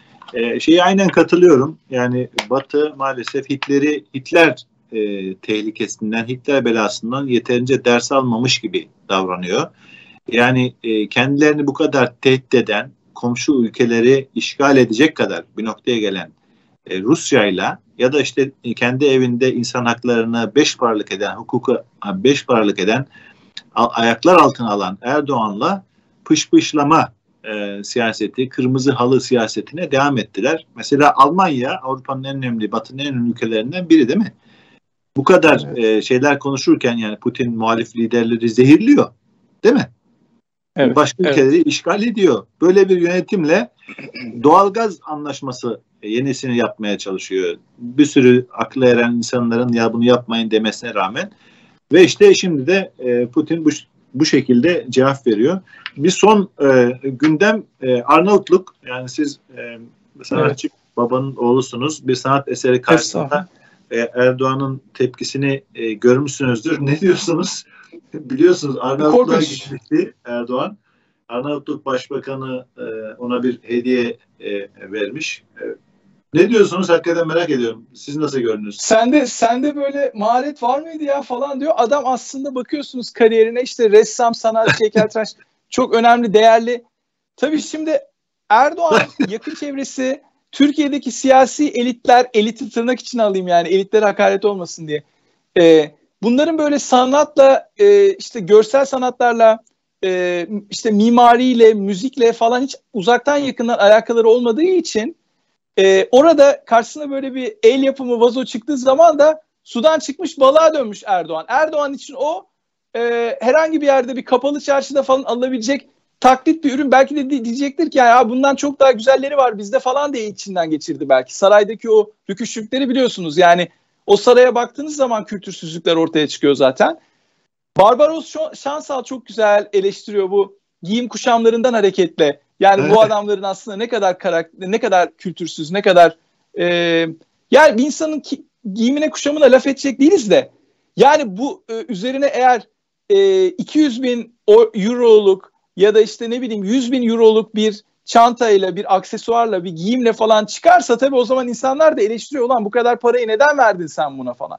e, şeye aynen katılıyorum. Yani Batı maalesef Hitler'i, Hitler e, tehlikesinden, Hitler belasından yeterince ders almamış gibi davranıyor. Yani e, kendilerini bu kadar tehdit eden, komşu ülkeleri işgal edecek kadar bir noktaya gelen e, Rusya'yla ya da işte e, kendi evinde insan haklarını beş paralık eden, hukuku beş paralık eden, a, ayaklar altına alan Erdoğan'la pışpışlama e, siyaseti, kırmızı halı siyasetine devam ettiler. Mesela Almanya, Avrupa'nın en önemli, Batı'nın en önemli ülkelerinden biri değil mi? Bu kadar evet. e, şeyler konuşurken yani Putin muhalif liderleri zehirliyor. Değil mi? Evet, başka evet. ülkeleri işgal ediyor. Böyle bir yönetimle doğalgaz anlaşması yenisini yapmaya çalışıyor. Bir sürü aklı eren insanların ya bunu yapmayın demesine rağmen. Ve işte şimdi de e, Putin bu, bu şekilde cevap veriyor. Bir son e, gündem e, Arnavutluk. Yani siz e, sanatçı evet. babanın oğlusunuz. Bir sanat eseri karşısında e, Erdoğan'ın tepkisini e, görmüşsünüzdür. Ne diyorsunuz? Biliyorsunuz Arnavutluğa gitmişti Erdoğan. Arnavutluk Başbakanı e, ona bir hediye e, vermiş. E, ne diyorsunuz? Hakikaten merak ediyorum. Siz nasıl gördünüz? Sende sende böyle maharet var mıydı ya falan diyor. Adam aslında bakıyorsunuz kariyerine işte ressam, sanatçı, heykeltıraş çok önemli, değerli. Tabii şimdi Erdoğan yakın çevresi, Türkiye'deki siyasi elitler, eliti tırnak içine alayım yani elitlere hakaret olmasın diye. E, bunların böyle sanatla, e, işte görsel sanatlarla, e, işte mimariyle, müzikle falan hiç uzaktan yakından alakaları olmadığı için e, orada karşısına böyle bir el yapımı vazo çıktığı zaman da sudan çıkmış balığa dönmüş Erdoğan. Erdoğan için o e, herhangi bir yerde bir kapalı çarşıda falan alınabilecek taklit bir ürün. Belki de diyecektir ki ya bundan çok daha güzelleri var bizde falan diye içinden geçirdi belki. Saraydaki o rüküşlükleri biliyorsunuz yani. O saraya baktığınız zaman kültürsüzlükler ortaya çıkıyor zaten. Barbaros Şansal çok güzel eleştiriyor bu giyim kuşamlarından hareketle. Yani bu adamların aslında ne kadar karakter, ne kadar kültürsüz, ne kadar e, yani bir insanın ki, giyimine kuşamına laf edecek değiliz de. Yani bu e, üzerine eğer e, iki yüz bin euroluk ya da işte ne bileyim yüz bin euroluk bir çantayla, bir aksesuarla, bir giyimle falan çıkarsa tabii o zaman insanlar da eleştiriyor. Ulan bu kadar parayı neden verdin sen buna falan.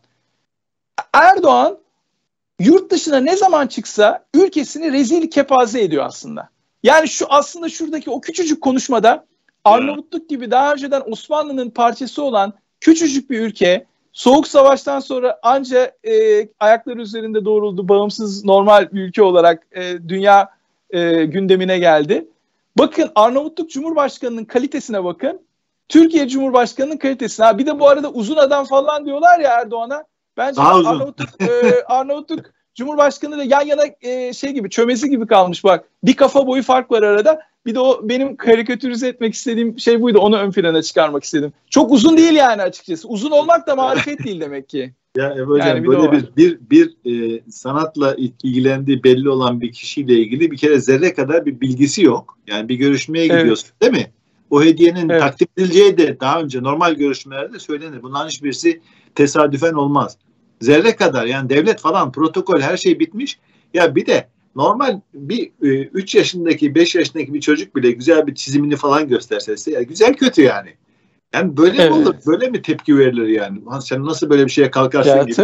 Erdoğan yurt dışına ne zaman çıksa ülkesini rezil kepaze ediyor aslında. Yani şu aslında şuradaki o küçücük konuşmada Arnavutluk gibi daha önceden Osmanlı'nın parçası olan küçücük bir ülke Soğuk Savaş'tan sonra anca e, ayakları üzerinde doğruldu, bağımsız normal bir ülke olarak e, dünya e, gündemine geldi. Bakın Arnavutluk Cumhurbaşkanı'nın kalitesine bakın. Türkiye Cumhurbaşkanı'nın kalitesine. Ha, bir de bu arada uzun adam falan diyorlar ya Erdoğan'a. Bence Arnavutluk, e, Arnavutluk Cumhurbaşkanı da yan yana e, şey gibi çömezi gibi kalmış bak. Bir kafa boyu fark var arada. Bir de o benim karikatürize etmek istediğim şey buydu. Onu ön plana çıkarmak istedim. Çok uzun değil yani açıkçası. Uzun olmak da marifet değil demek ki. Ya Ebu Hocam yani bir böyle bir bir bir e, sanatla ilgilendiği belli olan bir kişiyle ilgili bir kere zerre kadar bir bilgisi yok. Yani bir görüşmeye gidiyorsun evet. değil mi? O hediyenin evet. takdim edileceği de daha önce normal görüşmelerde söylenir. Bunların hiçbirisi tesadüfen olmaz. Zerre kadar yani devlet falan protokol her şey bitmiş. Ya bir de normal bir üç yaşındaki beş yaşındaki bir çocuk bile güzel bir çizimini falan gösterse ya güzel kötü yani. Yani böyle evet. mi olur? Böyle mi tepki verilir yani? Sen nasıl böyle bir şeye kalkarsın ya, gibi. Tabii.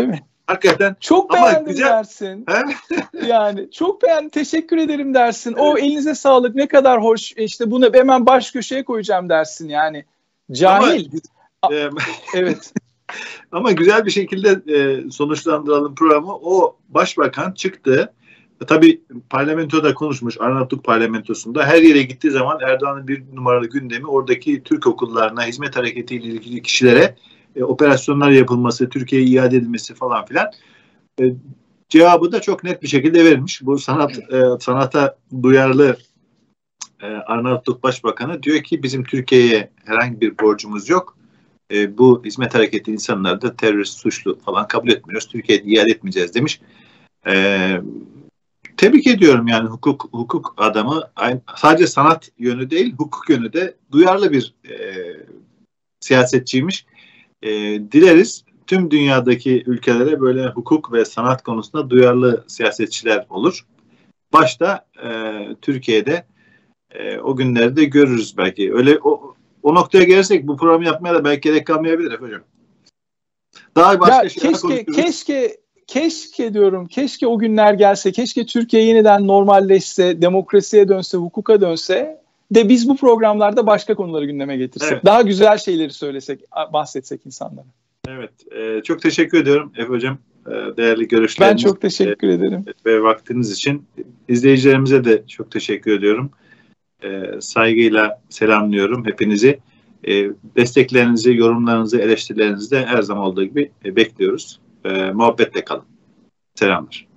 Hakikaten. Çok ama beğendim güzel dersin. Yani çok beğendim, teşekkür ederim dersin. O elinize sağlık, ne kadar hoş, işte bunu hemen baş köşeye koyacağım dersin yani. Cahil. Ama, e, evet. Ama güzel bir şekilde e, sonuçlandıralım programı. O başbakan çıktı. Tabii parlamentoda konuşmuş, Arnavutluk parlamentosunda. Her yere gittiği zaman Erdoğan'ın bir numaralı gündemi oradaki Türk okullarına, hizmet hareketiyle ilgili kişilere e, operasyonlar yapılması, Türkiye'ye iade edilmesi falan filan. E, cevabı da çok net bir şekilde verilmiş. Bu sanat e, sanata duyarlı e, Arnavutluk Başbakanı diyor ki bizim Türkiye'ye herhangi bir borcumuz yok. E, bu hizmet hareketi insanları da terörist, suçlu falan kabul etmiyoruz. Türkiye'ye iade etmeyeceğiz demiş. E, tebrik ediyorum yani hukuk hukuk adamı. Sadece sanat yönü değil, hukuk yönü de duyarlı bir e, siyasetçiymiş. E, dileriz tüm dünyadaki ülkelere böyle hukuk ve sanat konusunda duyarlı siyasetçiler olur. Başta e, Türkiye'de e, o günleri de görürüz belki. Öyle o, o noktaya gelirsek bu programı yapmaya da belki gerek kalmayabilir hocam. Daha başka ya şeyler keşke, konuşuruz. Keşke, keşke diyorum, keşke o günler gelse, keşke Türkiye yeniden normalleşse, demokrasiye dönse, hukuka dönse de biz bu programlarda başka konuları gündeme getirsek. Evet. Daha güzel şeyleri söylesek, bahsetsek insanlara. Evet. E, çok teşekkür ediyorum Efe Hocam. E, değerli görüşleriniz. Ben çok teşekkür e, ederim. Ve vaktiniz için. İzleyicilerimize de çok teşekkür ediyorum. E, saygıyla selamlıyorum hepinizi. E, desteklerinizi, yorumlarınızı, eleştirilerinizi de her zaman olduğu gibi e, bekliyoruz. E, muhabbetle kalın. Selamlar.